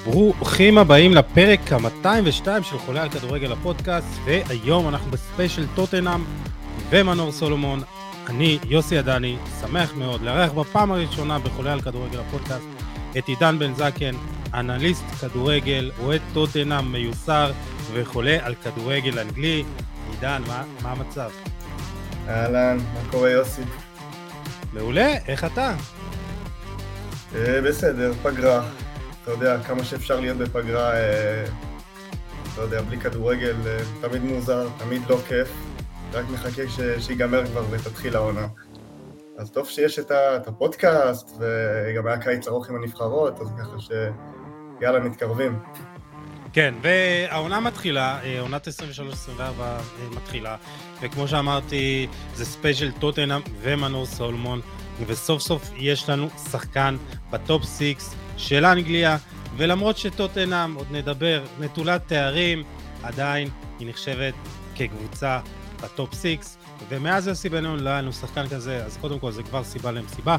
ברוכים הבאים לפרק ה-202 של חולה על כדורגל הפודקאסט, והיום אנחנו בספיישל טוטנהאם ומנור סולומון. אני יוסי עדני, שמח מאוד לארח בפעם הראשונה בחולה על כדורגל הפודקאסט את עידן בן זקן, אנליסט כדורגל, אוהד טוטנהאם מיוסר וחולה על כדורגל אנגלי. עידן, מה המצב? אהלן, מה קורה יוסי? מעולה, איך אתה? בסדר, פגרה. אתה יודע, כמה שאפשר להיות בפגרה, אתה יודע, בלי כדורגל, תמיד מוזר, תמיד לא כיף, רק מחכה שיגמר כבר ותתחיל העונה. אז טוב שיש את הפודקאסט, וגם היה קיץ ארוך עם הנבחרות, אז ככה שיאללה, מתקרבים. כן, והעונה מתחילה, עונת 23-24 מתחילה, וכמו שאמרתי, זה ספיישל טוטנהאם ומנור סולומון, וסוף סוף יש לנו שחקן בטופ 6 של אנגליה, ולמרות שטוטנהאם, עוד נדבר, נטולת תארים, עדיין היא נחשבת כקבוצה בטופ 6, ומאז יוסי בן-נון לא היה לנו שחקן כזה, אז קודם כל זה כבר סיבה למסיבה,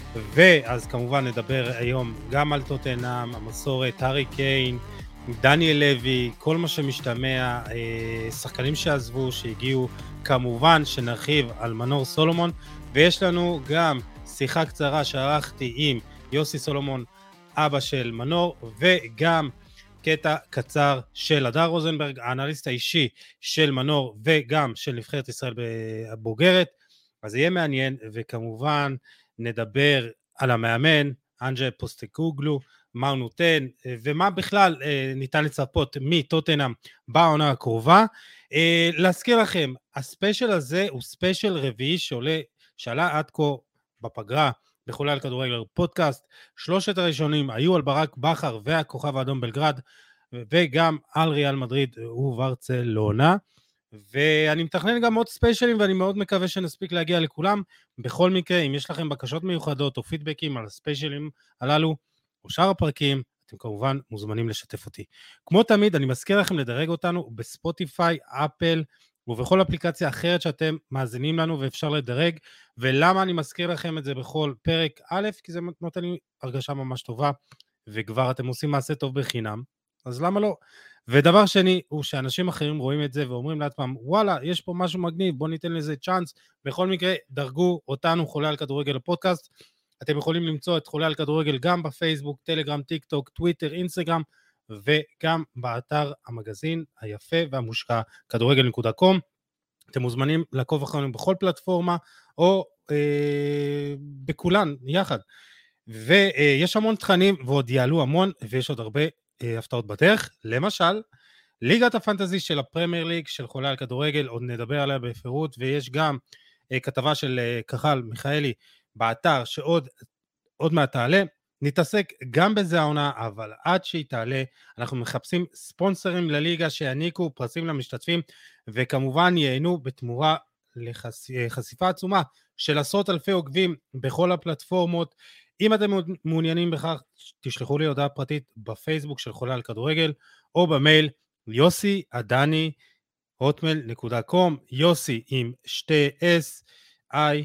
ואז כמובן נדבר היום גם על טוטנהאם, המסורת, הארי קיין, דניאל לוי, כל מה שמשתמע, שחקנים שעזבו, שהגיעו, כמובן שנרחיב על מנור סולומון, ויש לנו גם שיחה קצרה שערכתי עם יוסי סולומון, אבא של מנור, וגם קטע קצר של הדר רוזנברג, האנליסט האישי של מנור, וגם של נבחרת ישראל הבוגרת, אז יהיה מעניין, וכמובן נדבר על המאמן, אנג'ה פוסטקוגלו, מה הוא נותן, ומה בכלל ניתן לצפות מטוטנהאם בעונה הקרובה. להזכיר לכם, הספיישל הזה הוא ספיישל רביעי שעלה עד כה בפגרה, בחולה על כדורגל פודקאסט. שלושת הראשונים היו על ברק בכר והכוכב האדום בלגרד, וגם על ריאל מדריד וברצלונה, ואני מתכנן גם עוד ספיישלים, ואני מאוד מקווה שנספיק להגיע לכולם. בכל מקרה, אם יש לכם בקשות מיוחדות או פידבקים על הספיישלים הללו, או שאר הפרקים, אתם כמובן מוזמנים לשתף אותי. כמו תמיד, אני מזכיר לכם לדרג אותנו בספוטיפיי, אפל, ובכל אפליקציה אחרת שאתם מאזינים לנו ואפשר לדרג, ולמה אני מזכיר לכם את זה בכל פרק? א', כי זה נותן לי הרגשה ממש טובה, וכבר אתם עושים מעשה טוב בחינם, אז למה לא? ודבר שני, הוא שאנשים אחרים רואים את זה ואומרים לעצמם, וואלה, יש פה משהו מגניב, בוא ניתן לזה צ'אנס. בכל מקרה, דרגו אותנו חולה על כדורגל הפודקאסט, אתם יכולים למצוא את חולה על כדורגל גם בפייסבוק, טלגרם, טיק טוק, טוויטר, אינסטגרם, וגם באתר המגזין היפה והמושקע, כדורגל.com. אתם מוזמנים לעקוב אחרינו בכל פלטפורמה, או בכולן יחד. ויש המון תכנים, ועוד יעלו המון, ויש עוד הרבה הפתעות בדרך. למשל, ליגת הפנטזי של הפרמייר ליג, של חולה על כדורגל, עוד נדבר עליה בפירוט, ויש גם כתבה של כחל מיכאלי, באתר שעוד מעט תעלה. נתעסק גם בזה העונה, אבל עד שהיא תעלה, אנחנו מחפשים ספונסרים לליגה שיעניקו פרסים למשתתפים, וכמובן ייהנו בתמורה לחשיפה עצומה של עשרות אלפי עוקבים בכל הפלטפורמות. אם אתם מעוניינים בכך, תשלחו לי הודעה פרטית בפייסבוק של חולה על כדורגל, או במייל yossi@hotmail.com, יוסי עם שתי S, I,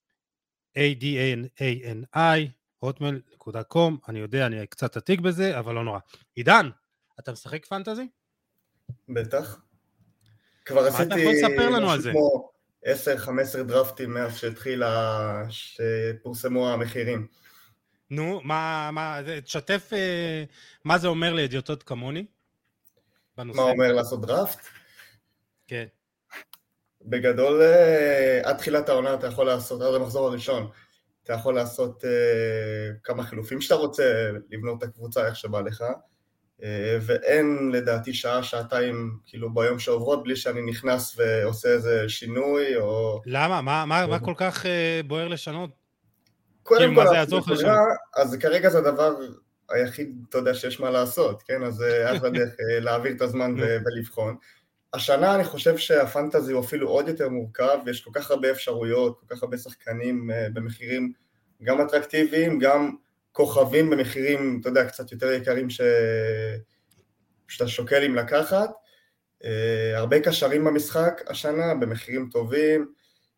ADANI, hotmail.com. אני יודע, אני קצת עתיק בזה, אבל לא נורא. עידן, אתה משחק פנטזי? בטח. כבר עשיתי... מה אתה יכול לספר לנו על זה? כמו 10-15 דרפטים מאז שפורסמו המחירים. נו, תשתף מה זה אומר לידיעות כמוני? מה אומר לעשות דרפט? כן. בגדול, עד תחילת העונה אתה יכול לעשות, עד המחזור הראשון, אתה יכול לעשות כמה חילופים שאתה רוצה, לבנות את הקבוצה איך שבא לך, ואין לדעתי שעתיים כאילו ביום שעוברות בלי שאני נכנס ועושה איזה שינוי או... למה? מה כל כך בוער לשנות? קודם כל, אז כרגע זה הדבר היחיד, אתה יודע, שיש מה לעשות, כן? אז אחלה דרך להעביר את הזמן ולבחון. השנה אני חושב שהפנטזי הוא אפילו עוד יותר מורכב, ויש כל כך הרבה אפשרויות, כל כך הרבה שחקנים במחירים גם אטרקטיביים, גם כוכבים במחירים, אתה יודע, קצת יותר יקרים שאתה שוקל אם לקחת. הרבה קשרים במשחק השנה, במחירים טובים.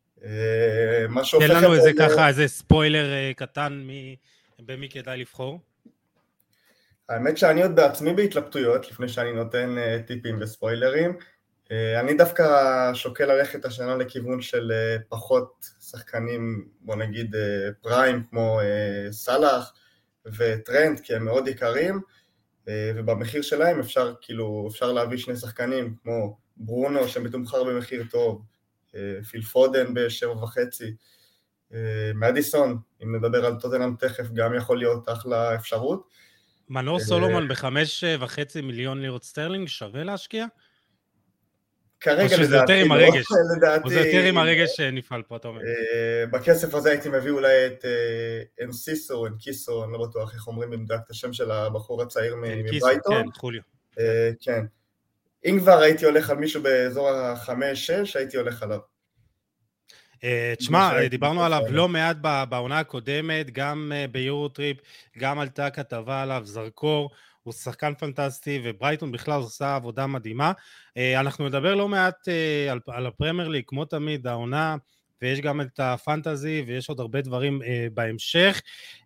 תן לנו איזה ככה, איזה ספוילר קטן במי כדאי לבחור. האמת שאני עוד בעצמי בהתלבטויות, לפני שאני נותן טיפים וספוילרים. אני דווקא שוקל ללכת השנה לכיוון של פחות שחקנים, בוא נגיד פריים, כמו סלאח וטרנד, כי הם מאוד יקרים, ובמחיר שלהם אפשר להביא שני שחקנים כמו ברונו שמתומחר במחיר טוב, פיל פודן ב7.5, מדיסון, אם נדבר על טוטנהאם תכף, גם יכול להיות אחלה אפשרות. מנור סולומון ב5.5 מיליון לירות סטרלינג שווה להשקיע? כרגע או שזה יותר לדעתי עם לא, הרגש? או זה יותר לדעתי עם הרגש שנפעל פה, אתה אומר? בכסף הזה הייתי מביא אולי את אנסיסו, אנקיסו, אני לא בטוח איך אומרים במדויק את השם של הבחור הצעיר מברייטון. כן, חוליו. כן. אם כבר הייתי הולך על מישהו באזור ה5-6, הייתי הולך עליו. תשמע, דיברנו עליו לא מעט בעונה הקודמת, גם ביורוטריפ, גם עלתה כתבה עליו, זרקור, הוא שחקן פנטסטי, וברייטון בכלל עושה עבודה מדהימה. אנחנו נדבר לא מעט על הפרמייר ליג, כמו תמיד, העונה, ויש גם את הפנטזי, ויש עוד הרבה דברים בהמשך.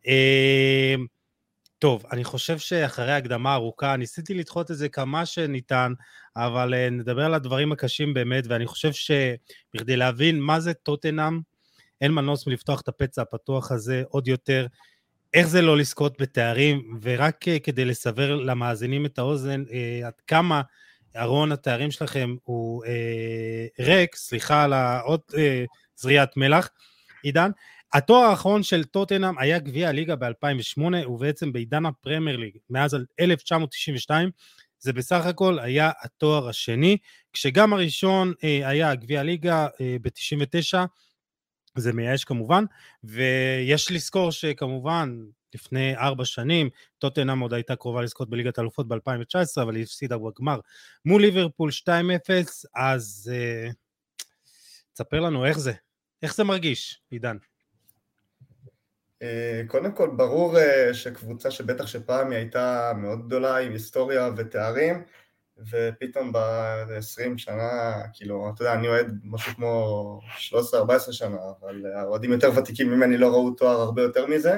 טוב, אני חושב שאחרי הקדמה ארוכה, ניסיתי לדחות את זה כמה שניתן, אבל נדבר על הדברים הקשים באמת, ואני חושב שבכדי להבין מה זה טוטנהאם, אין מנוס מלפתוח את הפצע הפתוח הזה עוד יותר, איך זה לא לזכות בתארים, ורק כדי לסבר למאזינים את האוזן, עד כמה ארון התארים שלכם הוא ריק, סליחה על עוד זריעת מלח, עידן, התואר האחרון של טוטנהאם היה גביע הליגה ב-2008, ובעצם בעידן הפרמייר ליג, מאז 1992, זה בסך הכל היה התואר השני, כשגם הראשון היה גביע הליגה ב-99, זה מייאש כמובן, ויש לזכור שכמובן, לפני 4 שנים, טוטנהאם עוד הייתה קרובה לזכות בליגת האלופות ב-2019, אבל היא הפסידה בגמר מול ליברפול 2-0, אז תספר לנו איך זה מרגיש, עידן? קודם כל, ברור שקבוצה שבטח שפעם היא הייתה מאוד גדולה עם היסטוריה ותארים, ופתאום ב-20 שנה, כאילו, אתה יודע, אני אוהד משהו כמו 13-14 שנה, אבל האוהדים יותר ותיקים ממני לא ראו תואר הרבה יותר מזה.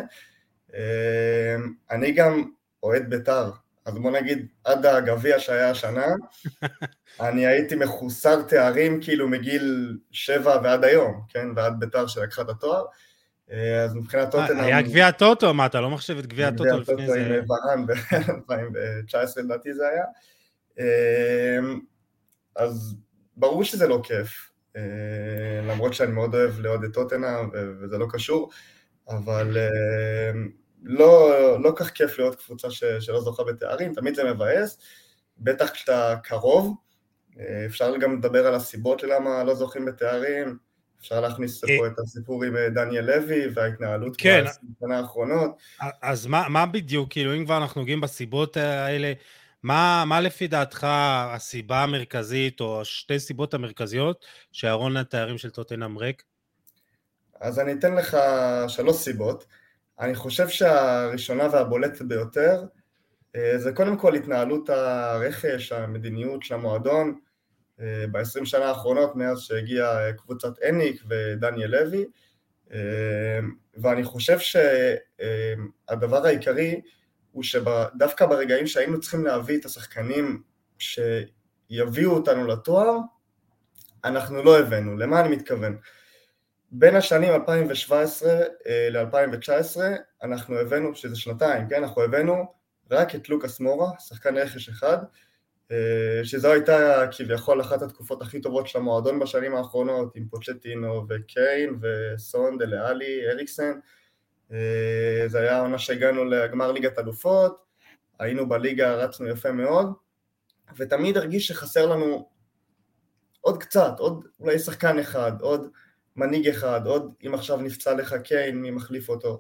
אני גם אוהד בית"ר, אז בוא נגיד, עד הגביע שהיה השנה, אני הייתי מחוסר תארים כאילו מגיל 7 ועד היום, כן, ועד בית"ר שלקחה את התואר. אז מבחינת טוטנהאם... היה גביע הטוטו, מה, אתה לא מחשב את גביע הטוטו לפני זה? גביע הטוטו עם ורן ב-2019 לדעתי זה היה. אז ברור שזה לא כיף, למרות שאני מאוד אוהב לעוד את טוטנהאם וזה לא קשור, אבל לא כך כיף להיות קבוצה שלא זוכה בתארים, תמיד זה מבאס, בטח כשאתה קרוב, אפשר גם לדבר על הסיבות ללמה לא זוכים בתארים, אפשר להכניס פה את הסיפור עם דניאל לוי וההתנהלות בשנה האחרונות. אז מה בדיוק, כאילו אם כבר אנחנו נוגעים בסיבות האלה, מה לפי דעתך הסיבה המרכזית או שתי סיבות המרכזיות שארון התארים של טוטנהאם ריק? אז אני אתן לך 3 סיבות. אני חושב שהראשונה והבולטת ביותר זה קודם כל התנהלות הרכש, המדיניות של המועדון ב-20 שנה האחרונות מאז שהגיע קבוצת אניק ודניאל לוי, ואני חושב שהדבר העיקרי הוא שדווקא ברגעים שהיינו צריכים להביא את השחקנים שיביאו אותנו לתואר, אנחנו לא הבאנו. למה אני מתכוון? בין השנים 2017 ל-2019 אנחנו הבאנו, שזה שנתיים, כן? אנחנו הבאנו רק את לוקאס מורה, שחקן רכש אחד, שזו הייתה כביכול אחת התקופות הכי טובות של המועדון בשנים האחרונות, עם פוצ'טינו וקיין וסון, דלאלי, אריקסן. זה היה העונה שהגענו לגמר ליגת אלופות, היינו בליגה, רצנו יפה מאוד, ותמיד הרגיש שחסר לנו עוד קצת, עוד אולי שחקן אחד, עוד מנהיג אחד, עוד אם עכשיו נפצע לך קיין, מי מחליף אותו.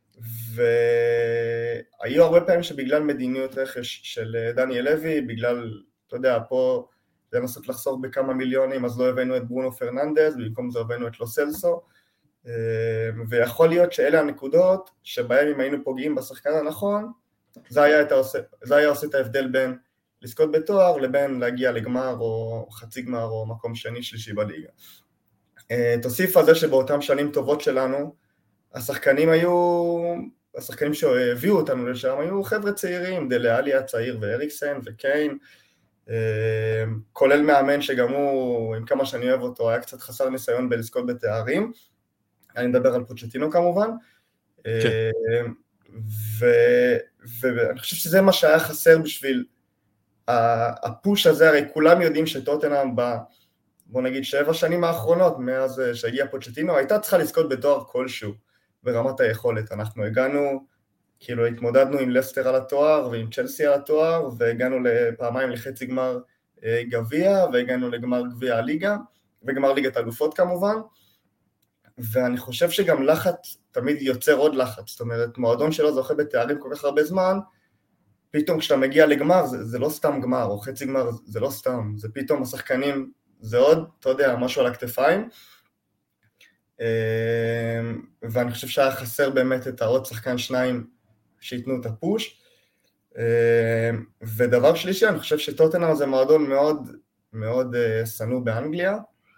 והיו הרבה פעמים שבגלל מדיניות רכש של דניאל לוי, בגלל, אתה יודע, פה זה לנסות לחסוך בכמה מיליונים, אז לא הבאנו את ברונו פרננדז, במקום זה הבאנו את לוסלסו, ויכול להיות שאלה הנקודות שבהם אם היינו פוגעים בשחקן הנכון, זה היה עושה את ההבדל בין לזכות בתואר לבין להגיע לגמר או חצי גמר או מקום שני שלישי בליגה. תוסיף על זה שבאותם שנים טובות שלנו, השחקנים היו השחקנים שהביאו אותנו לשם היו חבר'ה צעירים, דלה עלי הצעיר ואריקסן וקיין, כולל מאמן שגם הוא, עם כמה שאני אוהב אותו, היה קצת חסר ניסיון בלזכות בתארים, אני מדבר על פוצ'טינו כמובן, ואני חושב שזה מה שהיה חסר בשביל הפוש הזה, הרי כולם יודעים שטוטנהאם בוא נגיד 7 שנים האחרונות, מאז שהגיע פוצ'טינו, הייתה צריכה לזכות בתואר כלשהו, ברמת היכולת. אנחנו הגענו, כאילו התמודדנו עם לסטר על התואר, ועם צ'לסי על התואר, והגענו פעמיים לחצי גמר גביע, והגענו לגמר גביע הליגה, וגמר ליגת אלופות כמובן, ואני חושב שגם לחץ תמיד יוצר עוד לחץ, זאת אומרת, מועדון שלא זוכה בתארים כל כך הרבה זמן, פתאום כשאתה מגיע לגמר, זה לא סתם גמר, או חצי גמר, זה לא סתם, זה פתאום השחקנים, זה עוד, אתה יודע, משהו על הכתפיים, ואני חושב שהיה חסר באמת את העוד שחקן 2 שיתנו את הפוש, ודבר שלישי, אני חושב שטוטנהאם זה מועדון מאוד מאוד שנוא באנגליה,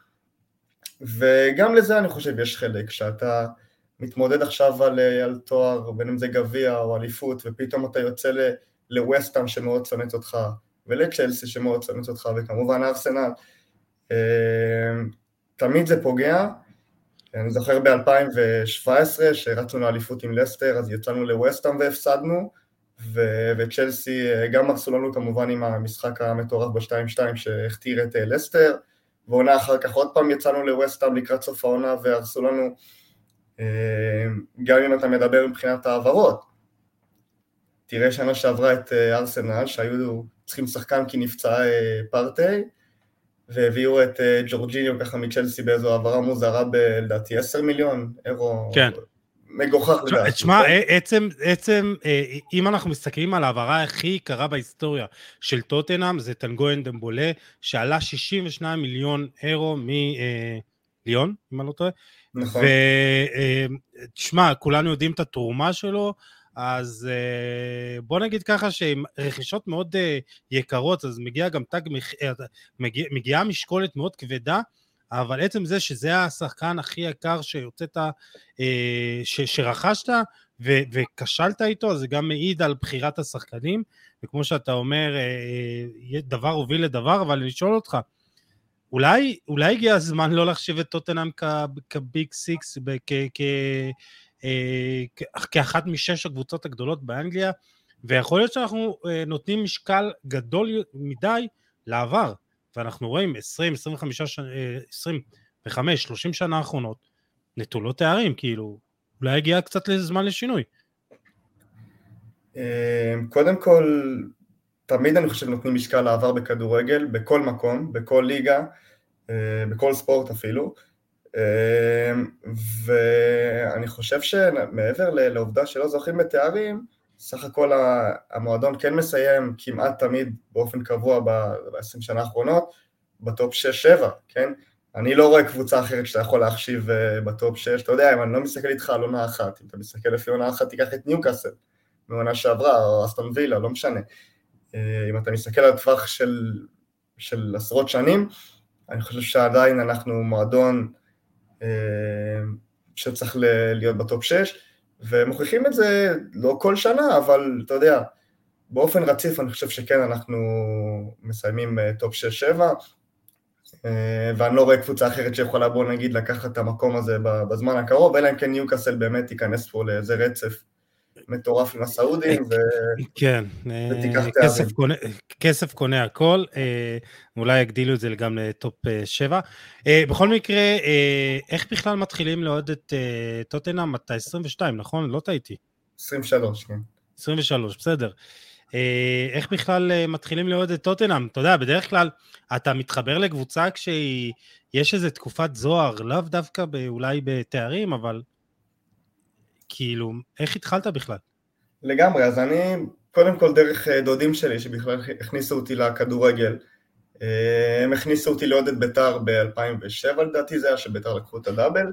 וגם לזה אני חושב יש חלק, שאתה מתמודד עכשיו על תואר, בין אם זה גביע או אליפות, ופתאום אתה יוצא לווסטהאם שמאוד שונאת אותך, ולצ'לסי שמאוד שונאת אותך, וכמובן ארסנל, תמיד זה פוגע. אני זוכר ב-2017 שרצנו לאליפות עם לסטר, אז יצאנו לווסטהאם והפסדנו, וצ'לסי גם הרסו לנו כמובן עם המשחק המטורף ב-2-2 שהכתיר את לסטר, ועונה אחר כך עוד פעם יצאנו לווסטהאם לקראת סוף העונה והרסו לנו, גם אם אתה מדבר מבחינת העברות. תראה שנה שעברה את ארסנל שהיו צריכים שחקן כי נפצע פרטי, והביאו את ג'ורג'יניו ככה מצ'לסי באיזו העברה מוזרה בלדעתי 10 מיליון אירו, כן. מגוחך לדעתי. תשמע, עצם, אם אנחנו מסתכלים על העברה הכי יקרה בהיסטוריה של טוטנהאם, זה טנגוין דמבולה, שעלה 62 מיליון אירו מליון, אם אני לא טועה. נכון. ותשמע, כולנו יודעים את התרומה שלו, אז בוא נגיד ככה שעם רכישות מאוד יקרות, אז מגיעה גם מגיעה משקולת מאוד כבדה, אבל עצם זה שזה השחקן הכי יקר שיוצאת, שרכשת וקשלת איתו, זה גם מעיד על בחירת השחקנים, וכמו שאתה אומר, דבר הוביל לדבר, אבל אני שואל אותך, אולי הגיע הזמן לא להחשיב את טוטנהאם כביג סיקס, כאחת משש הקבוצות הגדולות באנגליה, ויכול להיות שאנחנו נותנים משקל גדול מדי לעבר, ואנחנו רואים 20, 25, 30 שנה האחרונות, נטולות תארים, כאילו, אולי הגיע קצת לזמן לשינוי. קודם כל, תמיד אני חושב נותנים משקל לעבר בכדורגל, בכל מקום, בכל ליגה, בכל ספורט אפילו, ואני חושב שמעבר לעובדה שלא זוכים בתארים, סך הכל המועדון כן מסיים כמעט תמיד באופן קבוע ב-20 שנה האחרונות, בטופ 6-7, כן? אני לא רואה קבוצה אחרת שאתה יכול להחשיב בטופ 6, אתה יודע, אם אני לא מסתכל איתך על עונה אחת, אם אתה מסתכל לפי עונה אחת, תיקח את ניוקאסל, מעונה שעברה, או אסטון וילה, לא משנה. אם אתה מסתכל על טווח של עשרות שנים, אני חושב שעדיין אנחנו מועדון שצריך להיות בטופ 6, ומוכיחים את זה לא כל שנה, אבל אתה יודע, באופן רציף אני חושב שכן אנחנו מסיימים טופ 6-7, ואני לא רואה קבוצה אחרת שיכולה בוא נגיד לקחת את המקום הזה בזמן הקרוב, אלא אם כן ניוקאסל באמת תיכנס פה לאיזה רצף מטורף עם הסעודים, כן, כסף קונה הכל, אולי יגדילו את זה גם לטופ 7. בכל מקרה, איך בכלל מתחילים לעוד את טוטנהאם? אתה 22, נכון? לא טעיתי. 23, כן. 23, בסדר. איך בכלל מתחילים לעוד את טוטנהאם? אתה יודע, בדרך כלל אתה מתחבר לקבוצה כשיש איזו תקופת זוהר, לאו דווקא אולי בתארים, אבל כאילו, איך התחלת בכלל? לגמרי, אז אני קודם כל דרך דודים שלי שבכלל הכניסו אותי לכדורגל, הם הכניסו אותי לעודד בית"ר ב-2007 לדעתי זה היה שבית"ר לקחו את הדאבל,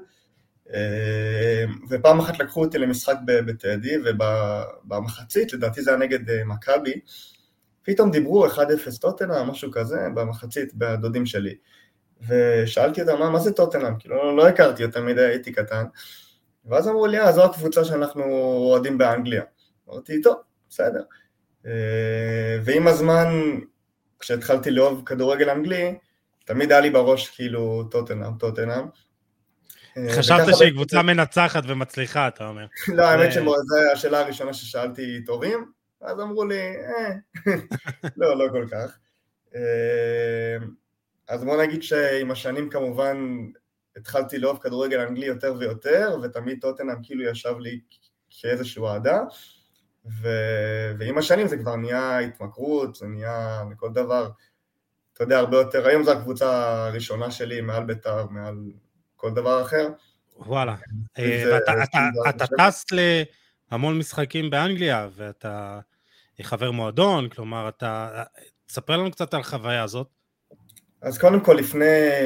ופעם אחת לקחו אותי למשחק בטדי, ובמחצית לדעתי זה היה נגד מכבי, פתאום דיברו 1-0 טוטנהאם, משהו כזה, במחצית בדודים שלי, ושאלתי אותם מה זה טוטנהאם, כאילו לא הכרתי אותם מדי, הייתי קטן, ואז אמרו לי, זו הקבוצה שאנחנו אוהדים באנגליה. אמרתי, טוב, בסדר. ועם הזמן, כשהתחלתי לאהוב כדורגל אנגלי, תמיד היה לי בראש כאילו טוטנהאם. חשבת שהיא קבוצה מנצחת ומצליחה, אתה אומר. לא, האמת שזו השאלה הראשונה ששאלתי טובים, אז אמרו לי, לא כל כך. אז בוא נגיד שעם השנים כמובן התחלתי לאהוב כדורגל אנגלי יותר ויותר, ותמיד טוטנהאם כאילו ישב לי כאיזשהו אהדה, ועם השנים זה כבר נהיה התמכרות, זה נהיה מכל דבר, אתה יודע, הרבה יותר, היום זו הקבוצה הראשונה שלי מעל בית"ר, מעל כל דבר אחר. וואלה, ואתה טס להמון משחקים באנגליה, ואתה חבר מועדון, כלומר, תספר לנו קצת על החוויה הזאת. אז קודם כל, לפני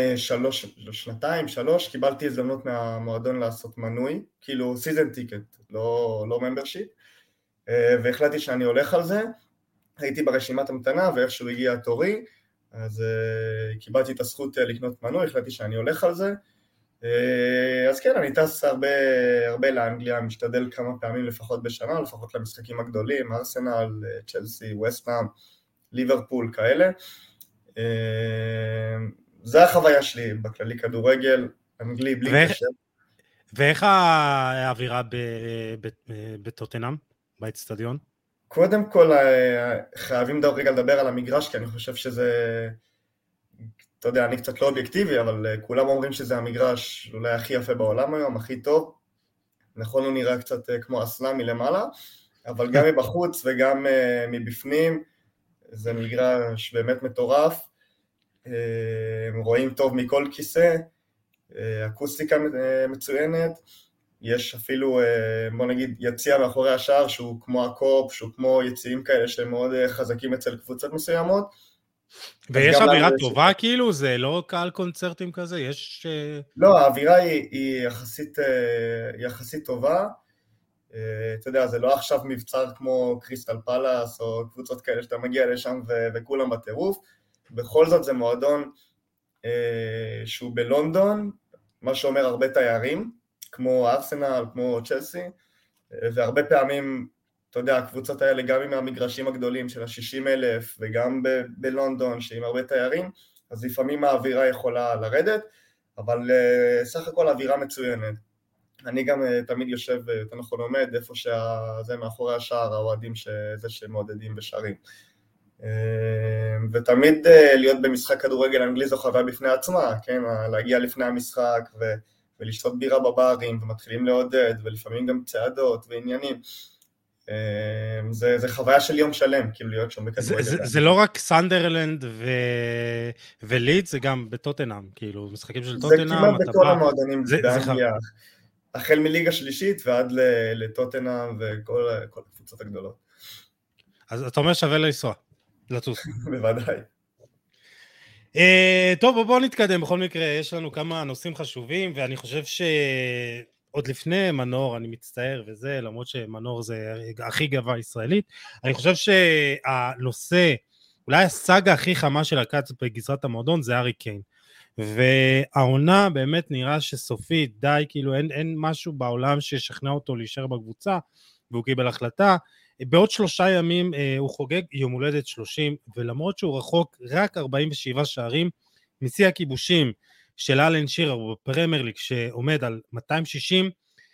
3 קיבלתי הזדמנות מהמועדון לעשות מנוי, כאילו סיזן טיקט, לא ממברשיפ, והחלטתי שאני הולך על זה, הייתי ברשימת המתנה, ואיכשהו הגיע תורי, אז קיבלתי את הזכות לקנות מנוי, החלטתי שאני הולך על זה, אז כן, אני טס הרבה לאנגליה, משתדל כמה פעמים לפחות בשנה, לפחות למשחקים הגדולים, ארסנל, צ'לסי, וסטהאם, ליברפול, כאלה. זה החוויה שלי בכללי כדורגל, אנגלי בלי קשר. ואיך האווירה בטוטנהאם, באצטדיון? קודם כל, חייבים רגע לדבר על המגרש, כי אני חושב שזה, אתה יודע, אני קצת לא אובייקטיבי, אבל כולם אומרים שזה המגרש אולי הכי יפה בעולם היום, הכי טוב. נכון, הוא נראה קצת כמו אסלאם מלמעלה, אבל גם מבחוץ וגם מבפנים, זה מגרש באמת מטורף. רואים טוב מכל כיסא, אקוסטיקה מצוינת, יש אפילו, בוא נגיד, יציע מאחורי השער שהוא כמו הקופ, שהוא כמו יציעים כאלה שהם מאוד חזקים אצל קבוצות מסוימות. ויש אווירה טובה כאילו? זה לא קהל קונצרטים כזה? יש... לא, האווירה היא יחסית טובה. אתה יודע, זה לא עכשיו מבצר כמו קריסטל פלאס או קבוצות כאלה שאתה מגיע לשם וכולם בטירוף. בכל זאת זה מועדון שהוא בלונדון, מה שאומר הרבה תיירים, כמו ארסנל, כמו צ'לסי, והרבה פעמים, אתה יודע, הקבוצות האלה גם עם המגרשים הגדולים של ה-60,000 וגם בלונדון שעם הרבה תיירים, אז לפעמים האווירה יכולה לרדת, אבל סך הכל האווירה מצוינת. אני גם תמיד יושב, אתה נכון עומד, איפה שזה מאחורי השער, האוהדים שזה שמעודדים בשערים. ותמיד להיות במשחק כדורגל אנגלי זו חוויה בפני עצמה, כן? להגיע לפני המשחק ולשתות בירה בברים ומתחילים לעודד ולפעמים גם צעדות ועניינים. זה חוויה של יום שלם, כאילו להיות שם בכדורגל. זה לא רק סנדרלנד ולידס, זה גם בטוטנהאם, כאילו משחקים של טוטנהאם. זה כמעט בכל המועדונים באנגליה, החל מליגה שלישית ועד לטוטנהאם וכל הקבוצות הגדולות. אז אתה אומר שווה לנסוע. לטוס. בוודאי. טוב, בואו נתקדם. בכל מקרה, יש לנו כמה נושאים חשובים, ואני חושב שעוד לפני מנור, אני מצטער וזה, למרות שמנור זה הכי גאווה ישראלית, אני חושב שהנושא, אולי הסאגה הכי חמה של הקאץ בגזרת המועדון, זה הארי קיין. והעונה באמת נראה שסופית, די, כאילו אין משהו בעולם ששכנע אותו להישאר בקבוצה, והוא קיבל החלטה. בעוד 3 ימים הוא חוגג יום הולדת 30, ולמרות שהוא רחוק רק 47 שערים, משיא הכיבושים של אלן שירר בפרמייר ליג שעומד על 260,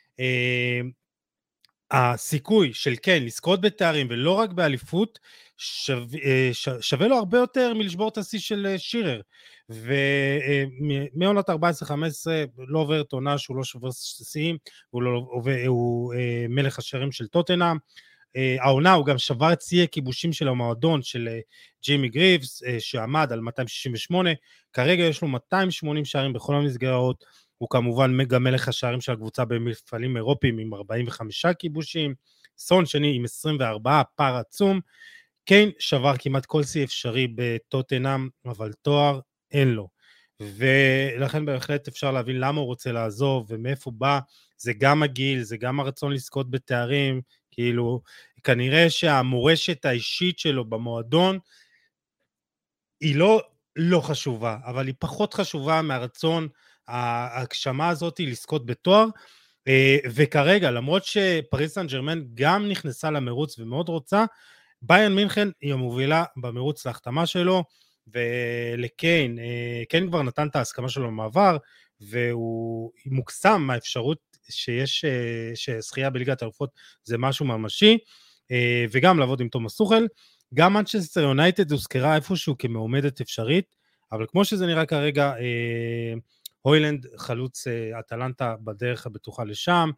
הסיכוי של קיין לזכות בתארים ולא רק באליפות, שווה לו הרבה יותר מלשבור את השיא של שירר, ומעונת 14-15 לא עובר עונה שהוא לא שובר שיאים, הוא מלך השערים של טוטנהאם. העונה הוא גם שבר את שיא הכיבושים של המועדון של ג'ימי גריבס שעמד על 268, כרגע יש לו 280 שערים בכל המסגרות, הוא כמובן גם מלך השערים של הקבוצה במפעלים אירופיים עם 45 כיבושים, סון שני עם 24, פער עצום. קיין שבר כמעט כל שיא אפשרי בטוטנהאם, אבל תואר אין לו, ולכן בהחלט אפשר להבין למה הוא רוצה לעזוב ומאיפה בא, זה גם הגיל, זה גם הרצון לזכות בתארים, כאילו כנראה שהמורשת האישית שלו במועדון היא לא חשובה, אבל היא פחות חשובה מהרצון, ההגשמה הזאת לזכות בתואר, וכרגע, למרות שפריס סן ז'רמן גם נכנסה למרוץ ומאוד רוצה, ביירן מינכן היא המובילה במרוץ להחתמה שלו, ולקיין, קיין כבר נתן את ההסכמה שלו במעבר, והוא מוקסם מהאפשרות שיש, שזכייה בליגת האלופות זה משהו ממשי, וגם לעבוד עם תומאס טוחל. גם מנצ'סטר יונייטד הוזכרה איפשהו כמעומדת אפשרית, אבל כמו שזה נראה כרגע, הוילנד חלוץ אטלנטה בדרך הבטוחה לשם,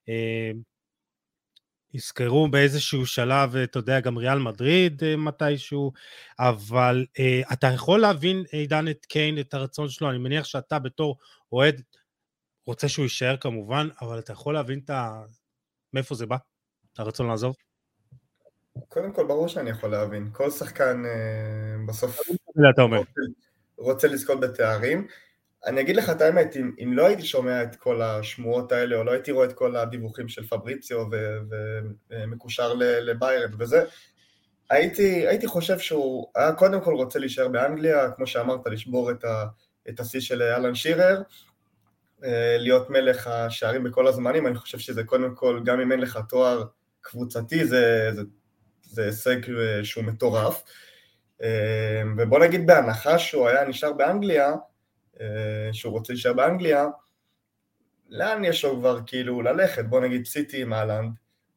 הזכרו באיזשהו שלב, אתה יודע, גם ריאל מדריד מתישהו, אבל אתה יכול להבין, עידן, את קיין, את הרצון שלו, אני מניח שאתה בתור אוהד רוצה שהוא יישאר כמובן, אבל אתה יכול להבין מאיפה זה בא, הרצון לעזוב? קודם כל, ברור שאני יכול להבין. כל שחקן בסוף רוצה לזכות בתארים. אני אגיד לך את האמת, אם לא הייתי שומע את כל השמועות האלה, או לא הייתי רואה את כל הדיווחים של פבריציו ומקושר לביירן וזה, הייתי חושב שהוא היה קודם כל רוצה להישאר באנגליה, כמו שאמרת, לשבור את השיא של אלן שירר, להיות מלך השערים בכל הזמנים. אני חושב שזה קודם כל, גם אם אין לך תואר קבוצתי, זה הישג שהוא מטורף. ובוא נגיד בהנחה שהוא היה נשאר באנגליה, שהוא רוצה להישאר באנגליה, לאן יש לו כבר כאילו ללכת? בוא נגיד סיטי עם הלנד,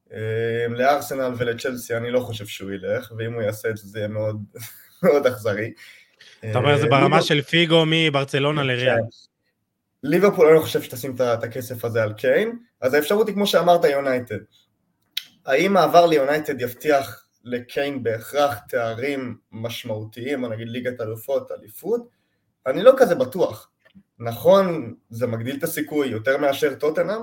לארסנל ולצ'לסי אני לא חושב שהוא ילך, ואם הוא יעשה את זה זה יהיה מאוד, מאוד אכזרי. אתה אומר זה ברמה של פיגו מברצלונה לריאל. ליברפול אני לא חושב שתשים את הכסף הזה על קיין, אז האפשרות היא כמו שאמרת יונייטד. האם מעבר ליונייטד יבטיח לקיין בהכרח תארים משמעותיים, או נגיד ליגת אלופות, אליפות? אני לא כזה בטוח. נכון, זה מגדיל את הסיכוי יותר מאשר טוטנהאם,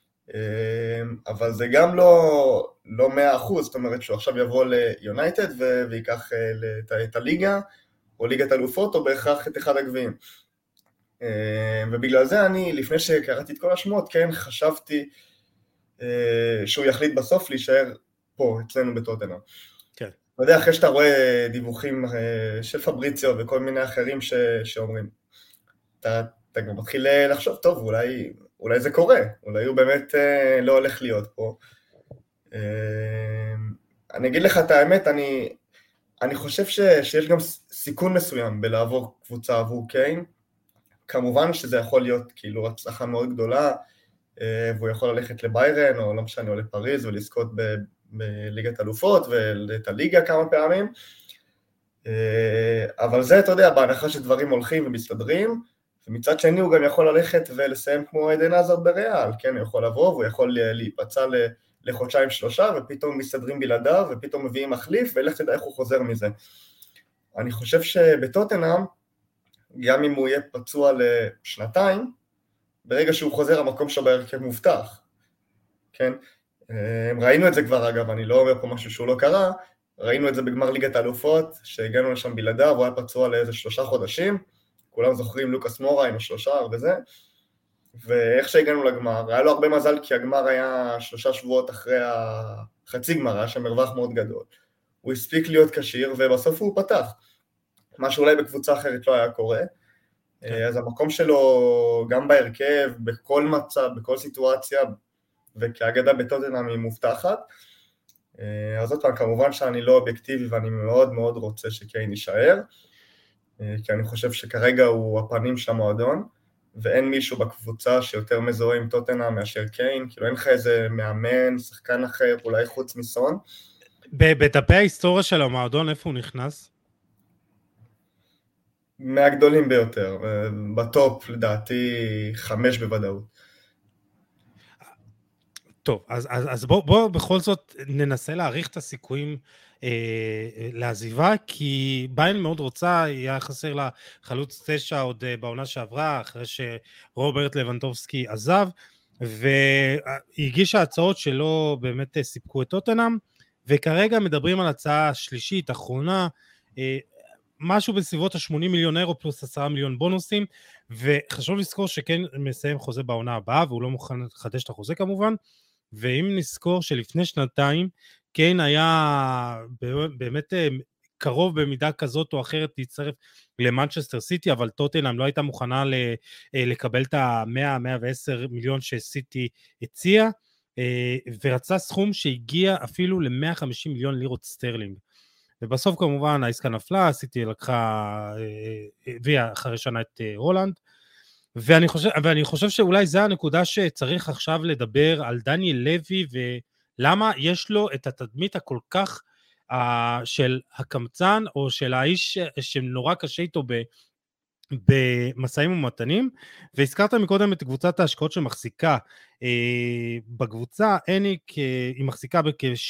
אבל זה גם לא 100%, זאת אומרת שהוא עכשיו יבוא ליונייטד ויקח את הליגה, או ליגת אלופות, או בהכרח את אחד הגביעים. ובגלל זה אני, לפני שקראתי את כל השמות, כן חשבתי שהוא יחליט בסוף להישאר פה, אצלנו בטוטנהאם. כן. אתה יודע, אחרי שאתה רואה דיווחים של פבריציו וכל מיני אחרים שאומרים, אתה גם מתחיל לחשוב, טוב, אולי זה קורה, אולי הוא באמת לא הולך להיות פה. אני אגיד לך את האמת, אני חושב שיש גם סיכון מסוים בלעבור קבוצה עבור קיין, כמובן שזה יכול להיות כאילו הצלחה מאוד גדולה, והוא יכול ללכת לביירן, או לא משנה, או לפריז, ולזכות בליגת אלופות, ואת הליגה כמה פעמים, אבל זה, אתה יודע, בהנחה שדברים הולכים ומסתדרים, ומצד שני הוא גם יכול ללכת ולסיים כמו עדן עזר בריאל, כן, הוא יכול לבוא, והוא יכול להיפצע לחודשיים שלושה, ופתאום מסתדרים בלעדיו, ופתאום מביאים מחליף, ולך תדע איך הוא חוזר מזה. אני חושב שבטוטנהאם, גם אם הוא יהיה פצוע לשנתיים, ברגע שהוא חוזר המקום שלו בהרכב מובטח, כן? ראינו את זה כבר אגב, אני לא אומר פה משהו שהוא לא קרה, ראינו את זה בגמר ליגת האלופות, שהגענו לשם בלעדיו, הוא היה פצוע לאיזה 3 חודשים, כולם זוכרים לוקאס מורה עם השלושה וזה, ואיך שהגענו לגמר, היה לו הרבה מזל כי הגמר היה 3 שבועות אחרי החצי גמר, היה שם מרווח מאוד גדול, הוא הספיק להיות קשיר ובסוף הוא פתח, מה שאולי בקבוצה אחרת לא היה קורה, אז המקום שלו גם בהרכב, בכל מצב, בכל סיטואציה, וכהגדה בטוטנהאם היא מובטחת, אז עוד פעם, כמובן שאני לא אובייקטיבי ואני מאוד מאוד רוצה שקיין יישאר, כי אני חושב שכרגע הוא הפנים של המועדון, ואין מישהו בקבוצה שיותר מזוהה עם טוטנהאם מאשר קיין, כאילו אין לך איזה מאמן, שחקן אחר, אולי חוץ מסון. בדפי ההיסטוריה של המועדון, איפה הוא נכנס? מהגדולים ביותר, בטופ לדעתי 5 בוודאות. טוב, אז בוא בכל זאת ננסה להעריך את הסיכויים לעזיבה, כי ביירן מאוד רוצה, היה חסר לה חלוץ 9 עוד בעונה שעברה, אחרי שרוברט לבנדובסקי עזב, והגישה הצעות שלא באמת סיפקו את טוטנהאם, וכרגע מדברים על הצעה שלישית, אחרונה, משהו בסביבות ה-80 מיליון אירו פלוס 10 מיליון בונוסים, וחשוב לזכור שכן מסיים חוזה בעונה הבאה, והוא לא מוכן לחדש את החוזה כמובן, ואם נזכור שלפני שנתיים, קיין היה באמת קרוב במידה כזאת או אחרת להצטרף למנצ'סטר סיטי, אבל טוטנהאם לא הייתה מוכנה לקבל את ה-100-110 מיליון שסיטי הציע, ורצה סכום שהגיע אפילו ל-150 מיליון לירות סטרלינג. ובסוף כמובן העסקה נפלה, סיטי הביאה אחרי שנה את הולנד, ואני חושב שאולי זה הנקודה שצריך עכשיו לדבר על דניאל לוי, ולמה יש לו את התדמית הכל כך של הקמצן, או של האיש שנורא קשה איתו במסעים ומתנים. והזכרת מקודם את קבוצת ההשקעות שמחזיקה בקבוצה, אניק היא מחזיקה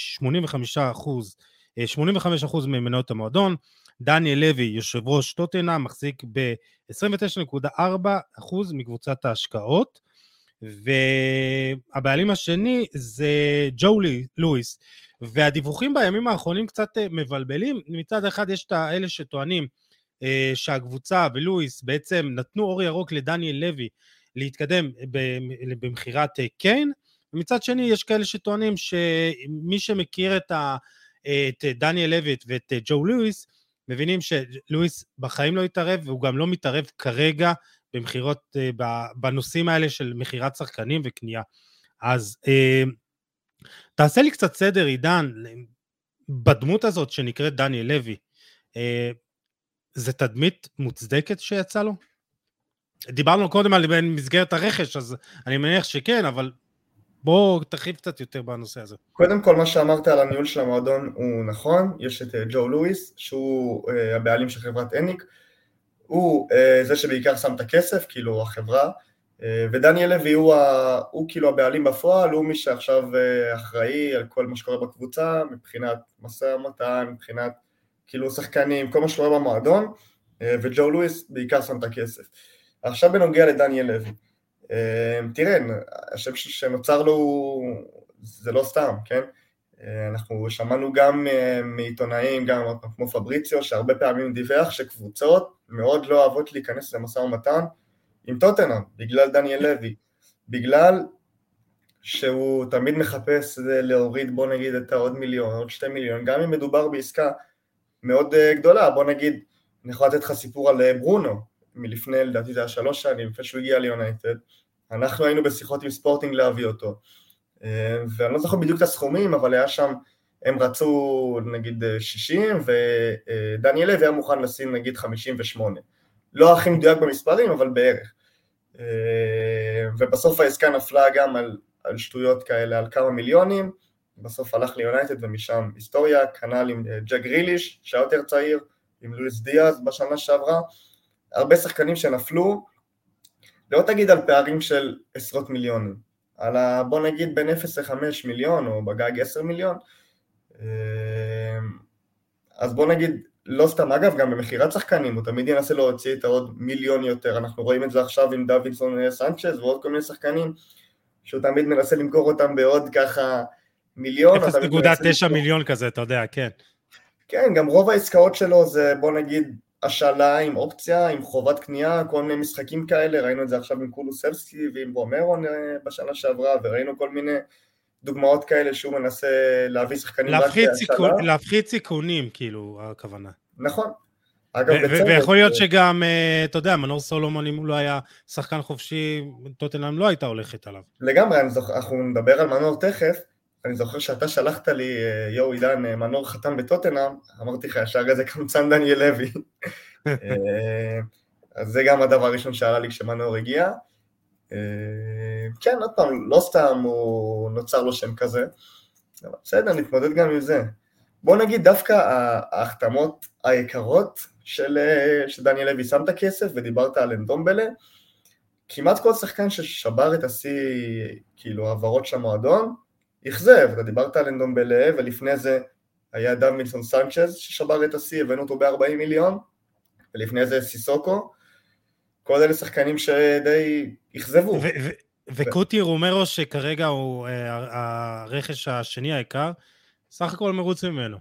ב-85% ממניות המועדון, דניאל לוי, יושב ראש טוטנהאם, מחזיק ב-29.4% מקבוצת ההשקעות, והבעלים השני זה ג'ו לואיס, והדיווחים בימים האחרונים קצת מבלבלים. מצד אחד יש את האלה שטוענים שהקבוצה ולואיס בעצם נתנו אור ירוק לדניאל לוי להתקדם במחירת קיין, ומצד שני יש כאלה שטוענים שמי שמכיר את דניאל לוי ואת ג'ו לואיס, מבינים שלואיס בחיים לא יתערב, והוא גם לא מתערב כרגע במחירות, בנושאים האלה של מחירת שחקנים וקנייה. אז תעשה לי קצת סדר, עידן, בדמות הזאת שנקראת דניאל לוי, זה תדמית מוצדקת שיצא לו? דיברנו קודם על מסגרת הרכש, אז אני מניח שכן, אבל בוא תרחיב קצת יותר בנושא הזה. קודם כל, מה שאמרת על הניהול של המועדון הוא נכון. יש את ג'ו לואיס, שהוא הבעלים של חברת אניק, הוא זה שבעיקר שם את הכסף, כאילו החברה, ודניאל לוי הוא כאילו הבעלים בפועל, הוא מי שעכשיו אחראי על כל מה שקורה בקבוצה, מבחינת משא ומתן, מבחינת כאילו שחקנים, כל מה שקורה במועדון, וג'ו לואיס בעיקר שם את הכסף. עכשיו בנוגע לדניאל לוי, תראה, השם שנוצר לו זה לא סתם, כן? אנחנו שמענו גם מעיתונאים, גם כמו פבריציו, שהרבה פעמים דיווח שקבוצות מאוד לא אוהבות להיכנס למשא ומתן עם טוטנהאם, בגלל דניאל לוי, בגלל שהוא תמיד מחפש להוריד, בוא נגיד, את העוד מיליון, עוד 2 מיליון, גם אם מדובר בעסקה מאוד גדולה. בוא נגיד, אני יכול לתת לך סיפור על ברונו, מלפני, לדעתי זה היה 3 שנים, לפני שהוא הגיע ליונייטד, אנחנו היינו בשיחות עם ספורטינג להביא אותו, ואני לא זוכר בדיוק את הסכומים, אבל היה שם, הם רצו נגיד 60, ודניאל לוי היה מוכן לשים נגיד 58, לא הכי מדויק במספרים, אבל בערך, ובסוף העסקה נפלה גם על שטויות כאלה, על כמה מיליונים, בסוף הלך ליונייטד ומשם היסטוריה, כנ"ל עם ג'ק גריליש, שהיה יותר צעיר, עם לואיס דיאז בשנה שעברה, הרבה שחקנים שנפלו, לא תגיד על פערים של עשרות מיליונים, על בוא נגיד בין 0 ל-5 מיליון, או בגג 10 מיליון, אז בוא נגיד, לא סתם, אגב, גם במחירת שחקנים, הוא תמיד ינסה להוציא את העוד מיליון יותר, אנחנו רואים את זה עכשיו עם דווינסון סנצ'ז, ועוד כל מיני שחקנים, שהוא תמיד מנסה למכור אותם בעוד ככה מיליון. 0.9 מיליון כזה, אתה יודע, כן. כן, גם רוב העסקאות שלו זה, בוא נגיד, השאלה עם אופציה, עם חובת קנייה, כל מיני משחקים כאלה, ראינו את זה עכשיו עם קולוסבסקי ועם רומרו בשנה שעברה, וראינו כל מיני דוגמאות כאלה שהוא מנסה להביא שחקנים רק בהשאלה. להפחית סיכונים, כאילו, הכוונה. נכון. ויכול להיות שגם, אתה יודע, מנור סולומון, אם הוא לא היה שחקן חופשי, טוטנהאם לא הייתה הולכת עליו. לגמרי, אנחנו נדבר על מנור תכף, אני זוכר שאתה שלחת לי, יו עידן, מנור חתם בטוטנהאם, אמרתי לך, ישר איזה קמצן דניאל לוי. אז זה גם הדבר הראשון שעלה לי כשמנור הגיע. כן, עוד פעם, לא סתם הוא נוצר לו שם כזה, אבל בסדר, נתמודד גם עם זה. בוא נגיד דווקא ההחתמות היקרות שדניאל לוי שם את הכסף, ודיברת על אנדומבלה, כמעט כל שחקן ששבר את השיא, כאילו העברות של המועדון, יחזב. אתה דיברת על אנדומבלה, ולפני זה היה דווינסון סנצ'ז ששבר את השיא, הבאנו אותו ב-40 מיליון, ולפני זה סיסוקו, כל אלה שחקנים שדי יחזבו. וקוטי רומרו שכרגע הוא הרכש השני העיקר, סך הכל מרוץ ממנו.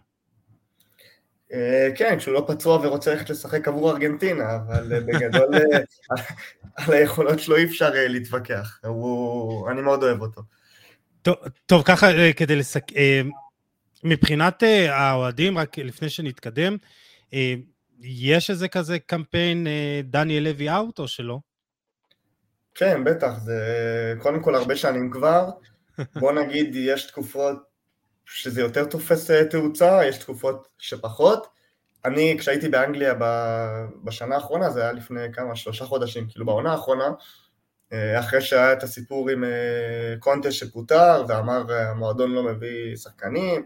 כן, כשהוא לא פצוע ורוצה ללכת לשחק עבור ארגנטינה, אבל בגדול על היכולות שלו אי אפשר להתווכח, אני מאוד אוהב אותו. טוב, ככה כדי מבחינת האוהדים, רק לפני שנתקדם, יש איזה כזה קמפיין דניאל לוי אאוט או שלא? כן, בטח, זה קודם כל הרבה שנים כבר, בוא נגיד יש תקופות שזה יותר תופס תאוצה, יש תקופות שפחות. אני כשהייתי באנגליה בשנה האחרונה, זה היה לפני 3 חודשים, כאילו בעונה האחרונה, אחרי שהיה את הסיפור עם קונטה שפוטר, ואמר המועדון לא מביא שחקנים,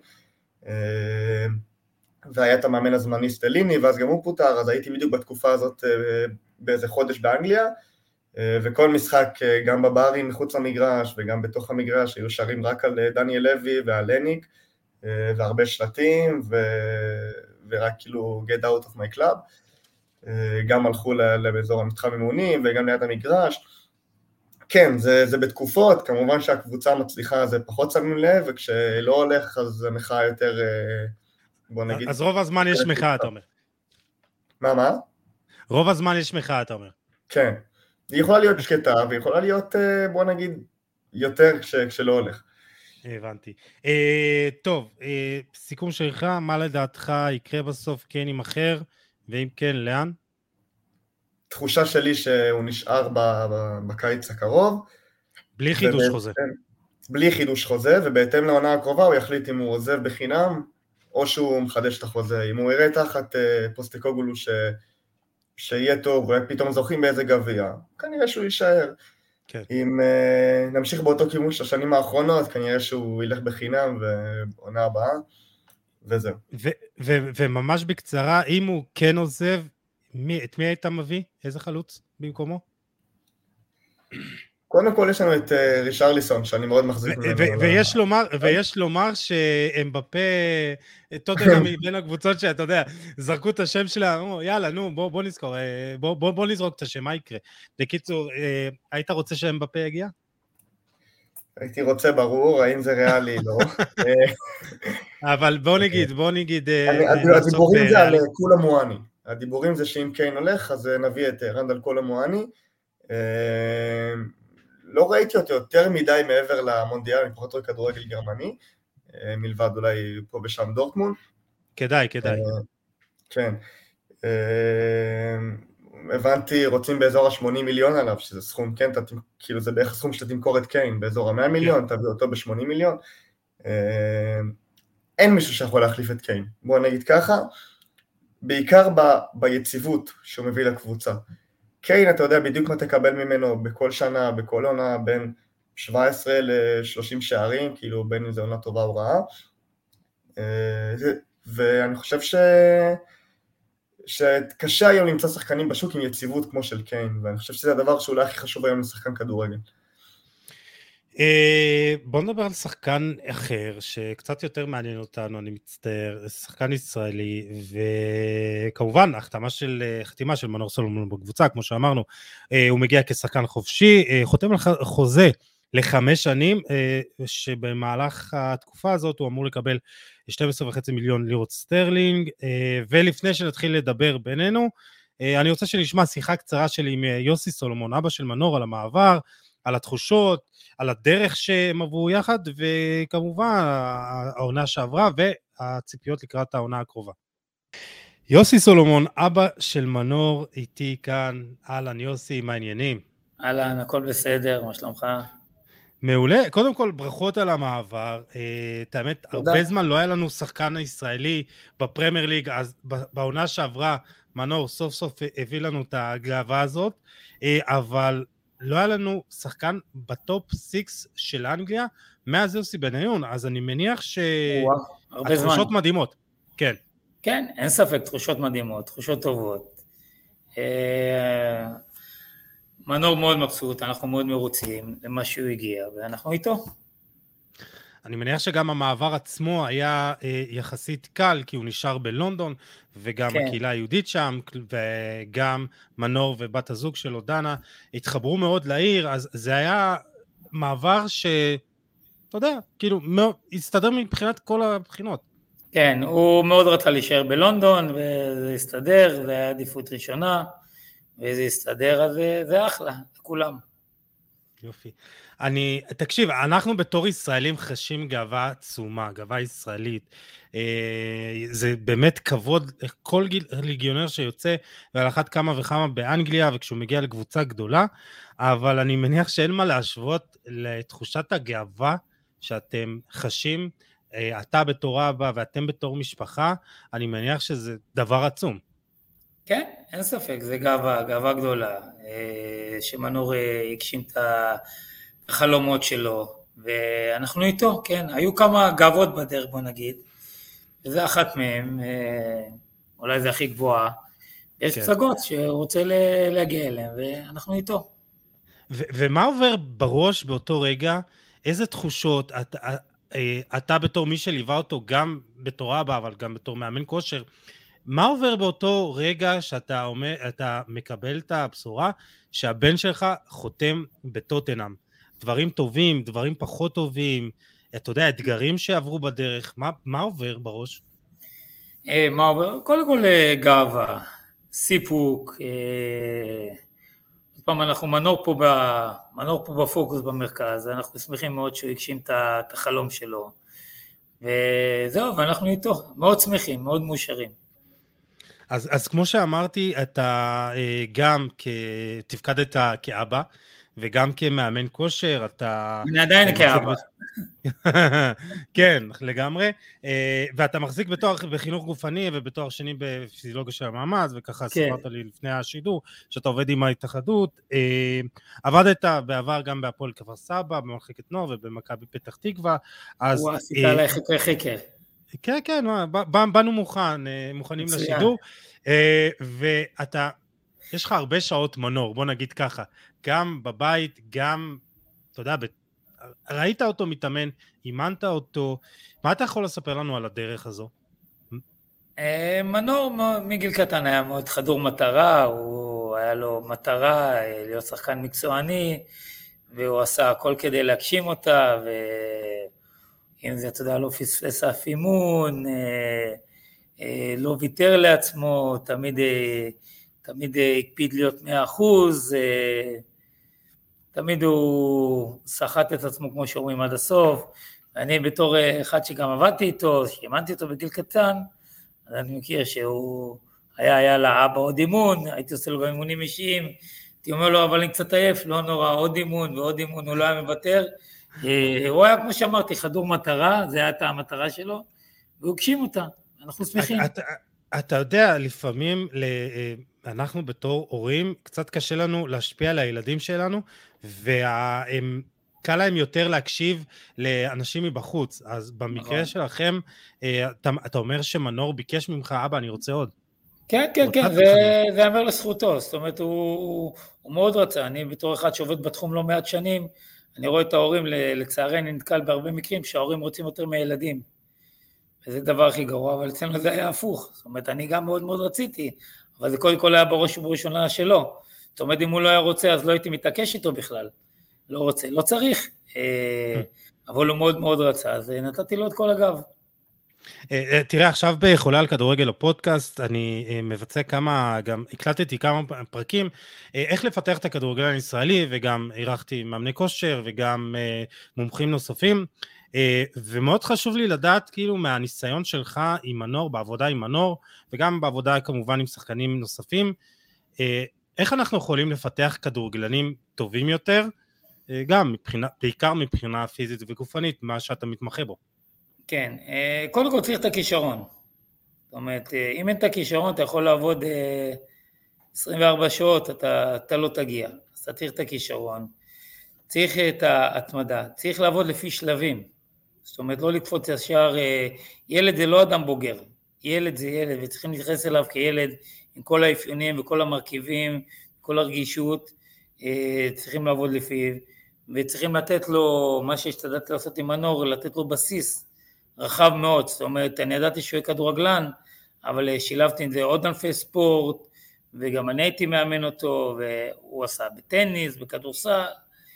והיה את המאמן הזמני סטליני, ואז גם הוא פוטר, אז הייתי בדיוק בתקופה הזאת באיזה חודש באנגליה, וכל משחק גם בברים מחוץ למגרש וגם בתוך המגרש היו שרים רק על דניאל לוי ועל לניק, והרבה שלטים, ורק כאילו get out of my club, גם הלכו לאזור המתחם אימונים וגם ליד המגרש. כן, זה בתקופות, כמובן שהקבוצה מצליחה, זה פחות שמים לב, וכשלא הולך אז המחאה יותר, בוא נגיד... אז רוב הזמן יש מחאה, אתה אומר. מה? רוב הזמן יש מחאה, אתה אומר. כן, היא יכולה להיות שקטה, ויכולה להיות, בוא נגיד, יותר כשלא הולך. הבנתי. טוב, סיכום שלך, מה לדעתך יקרה בסוף, כן עם אחר, ואם כן, לאן? תחושה שלי שהוא נשאר בקיץ הקרוב. בלי חידוש חוזה. בלי חידוש חוזה, ובהתאם לעונה הקרובה הוא יחליט אם הוא עוזב בחינם, או שהוא מחדש את החוזה. אם הוא יראה תחת פוסטקוגלו שיהיה טוב, ופתאום זוכים באיזה גביע, כנראה שהוא יישאר. כן. אם נמשיך באותו כיוון של השנים האחרונות, כנראה שהוא ילך בחינם ועונה הבאה, וזהו. וממש בקצרה, אם הוא כן עוזב, את מי היית מביא? איזה חלוץ במקומו? קודם כל יש לנו את רישרליסון, שאני מאוד מחזיק ממנו. ויש לומר שאמבפה, טוטנהאם בין הקבוצות שאתה יודע, זרקו את השם שלה, יאללה, נו, בוא נזכור, בוא נזרוק את השם, מה יקרה? בקיצור, היית רוצה שאמבפה יגיע? הייתי רוצה ברור, האם זה ריאלי, לא. אבל בוא נגיד... הדיבורים זה על קולה מואני. הדיבורים זה שאם קיין הולך, אז נביא את רנדל קולה מואני. לא ראיתי אותו יותר מדי מעבר למונדיאל, אני פחות רואה כדורגל גרמני, מלבד אולי פה בשם דורטמונד. כדאי. כן. הבנתי, רוצים באזור ה-80 מיליון עליו, שזה סכום, כן, כאילו זה בערך סכום שאתה תמכור את קיין, באזור ה-100 מיליון, תביא אותו ב-80 מיליון. אין מישהו שיכול להחליף את קיין, בואו נגיד ככה, בעיקר ביציבות שהוא מביא לקבוצה. קיין, אתה יודע בדיוק מה תקבל ממנו בכל שנה, בכל עונה, בין 17 ל-30 שערים, כאילו בין אם זה עונה טובה או רעה, ואני חושב שקשה היום למצוא שחקנים בשוק עם יציבות כמו של קיין, ואני חושב שזה הדבר שאולי הכי חשוב היום לשחקן כדורגל. בוא נדבר על שחקן אחר שקצת יותר מעניין אותנו, אני מצטער, שחקן ישראלי, וכמובן חתימה של מנור סולומון בקבוצה, כמו שאמרנו, הוא מגיע כשחקן חופשי, חותם על חוזה ל5 שנים, שבמהלך התקופה הזאת הוא אמור לקבל 12.5 מיליון לירות סטרלינג, ולפני שנתחיל לדבר בינינו, אני רוצה שנשמע שיחה קצרה שלי עם יוסי סולומון, אבא של מנור, על המעבר, על התחושות, על הדרך שהם עברו יחד, וכמובן העונה שעברה והציפיות לקראת העונה הקרובה. יוסי סולומון, אבא של מנור, איתי כאן. אהלן יוסי, מה העניינים? אהלן, הכל בסדר, מה שלומך? מעולה, קודם כל ברכות על המעבר, את האמת, הרבה זמן לא היה לנו שחקן ישראלי בפרמייר ליג, אז בעונה שעברה מנור סוף סוף הביא לנו את הגאווה הזאת, אבל לא היה לנו שחקן בטופ 6 של אנגליה, מאז יוסי בניון, אז אני מניח שהתחושות מדהימות. כן. כן, אין ספק, תחושות מדהימות, תחושות טובות. מנור מאוד מבסוט, אנחנו מאוד מרוצים למה שהוא הגיע, ואנחנו איתו. אני מניח שגם המעבר עצמו היה יחסית קל, כי הוא נשאר בלונדון, וגם כן. הקהילה היהודית שם, וגם מנור ובת הזוג שלו, דנה, התחברו מאוד לעיר, אז זה היה מעבר אתה יודע, כאילו, הסתדר מבחינת כל הבחינות. כן, הוא מאוד רצה להישאר בלונדון, וזה הסתדר, זה היה עדיפות ראשונה, וזה הסתדר, אז זה אחלה, כולם. יופי. תקשיב, אנחנו בתור ישראלים חשים גאווה עצומה, גאווה ישראלית. זה באמת כבוד לכל ליגיונר שיוצא, ועל אחת כמה וכמה באנגליה, וכשהוא מגיע לקבוצה גדולה, אבל אני מניח שאין מה להשוות לתחושת הגאווה שאתם חשים, אתה בתור אבא ואתם בתור משפחה, אני מניח שזה דבר עצום. כן, אין ספק, זה גאווה גדולה, שמנור הגשים את החלומות שלו, ואנחנו איתו, כן, היו כמה גאוות בדרך, בוא נגיד, וזה אחת מהם, אולי זה הכי גבוהה, יש פסגות שרוצה להגיע אליהם, ואנחנו איתו. ומה עובר בראש באותו רגע, איזה תחושות, אתה בתור מי שליווה אותו, גם בתור אבא, אבל גם בתור מאמן כושר, מה עובר באותו רגע שאתה מקבל את הבשורה שהבן שלך חותם בטוטנהאם? דברים טובים, דברים פחות טובים, אתה יודע, אתגרים שעברו בדרך, מה עובר בראש? מה עובר? קודם כל גאווה, סיפוק, פעם אנחנו מנור פה בפוקוס במרכז, אנחנו שמחים מאוד שהוא הגשים את החלום שלו, וזהו, ואנחנו איתו, מאוד שמחים, מאוד מאושרים. אז כמו שאמרתי, אתה גם תפקדת כאבא, וגם כמאמן כושר, אתה... אני עדיין כאבא. כן, לגמרי. ואתה מחזיק בתואר בחינוך גופני, ובתואר שני בפיזיולוגיה של המאמץ, וככה סיפרת לי לפני השידור, שאתה עובד עם ההתאחדות. עבדת בעבר גם בהפועל כפר סבא, במחלקת נוער, ובמכבי פתח תקווה. הוא עשית עליי חקר. כן, כן, באנו מוכנים לשידור, ואתה, יש לך הרבה שעות מנור, בוא נגיד ככה, גם בבית, גם, אתה יודע, ראית אותו מתאמן, אימנת אותו, מה אתה יכול לספר לנו על הדרך הזו? מנור מגיל קטן היה מאוד חדור מטרה, הוא היה לו מטרה להיות שחקן מקצועני, והוא עשה הכל כדי להגשים אותה, אם זה, אתה יודע, לא פספס אף אימון, לא ויתר לעצמו, תמיד הקפיד להיות 100%, תמיד הוא שחט את עצמו, כמו שאומרים, עד הסוף. ואני בתור אחד שגם עבדתי איתו, שאימנתי אותו בגיל קטן, אז אני מכיר שהוא היה לאבא עוד אימון, הייתי עושה לו גם אימונים אישיים, הייתי אומר לו, אבל אני קצת עייף, לא נורא, עוד אימון ועוד אימון, הוא לא היה מוותר. הוא היה, כמו שאמרתי, חדור מטרה, זה הייתה המטרה שלו, והוא הגשים אותה, אנחנו שמחים. אתה יודע, לפעמים אנחנו בתור הורים, קצת קשה לנו להשפיע על הילדים שלנו, וקל להם יותר להקשיב לאנשים מבחוץ, אז במקרה שלכם, אתה אומר שמנור ביקש ממך, אבא, אני רוצה עוד. כן, זה יאמר לזכותו, זאת אומרת, הוא מאוד רצה, אני בתור אחד שעובד בתחום לא מעט שנים, אני רואה את ההורים, לצערי אני נתקל בהרבה מקרים שההורים רוצים יותר מהילדים, וזה דבר הכי גרוע, אבל אצלנו זה היה הפוך, זאת אומרת, אני גם מאוד מאוד רציתי, אבל זה קודם כל היה בראש ובראשונה שלו, זאת אומרת, אם הוא לא היה רוצה, אז לא הייתי מתעקש איתו בכלל, לא רוצה, לא צריך, אבל הוא מאוד מאוד רצה, אז נתתי לו את כל הגב. תראה, עכשיו בחולה על כדורגל הפודקאסט, אני מבצע גם הקלטתי כמה פרקים, איך לפתח את הכדורגל הישראלי, וגם ערכתי מאמני כושר, וגם מומחים נוספים, ומאוד חשוב לי לדעת, כאילו, מהניסיון שלך עם מנור, בעבודה עם מנור, וגם בעבודה כמובן עם שחקנים נוספים, איך אנחנו יכולים לפתח כדורגלנים טובים יותר, גם בעיקר מבחינה פיזית וגופנית, מה שאתה מתמחה בו. כן, קודם כל צריך את הכישרון, זאת אומרת, אם אין את הכישרון, אתה יכול לעבוד 24 שעות, אתה לא תגיע, אז אתה צריך את הכישרון, צריך את ההתמדה, צריך לעבוד לפי שלבים, זאת אומרת, לא לקפוץ ישר, ילד זה לא אדם בוגר, ילד זה ילד, וצריכים להתייחס אליו כילד, עם כל האפיונים וכל המרכיבים, כל הרגישות, צריכים לעבוד לפיו, וצריכים לתת לו, מה שהשתדלתי לעשות עם מנור, לתת לו בסיס, רחב מאוד, זאת אומרת, אני ידעתי שהוא יהיה כדורגלן, אבל שילבתי את זה עוד ענפי ספורט, וגם אני הייתי מאמן אותו, והוא עשה בטניס, בכדורסל,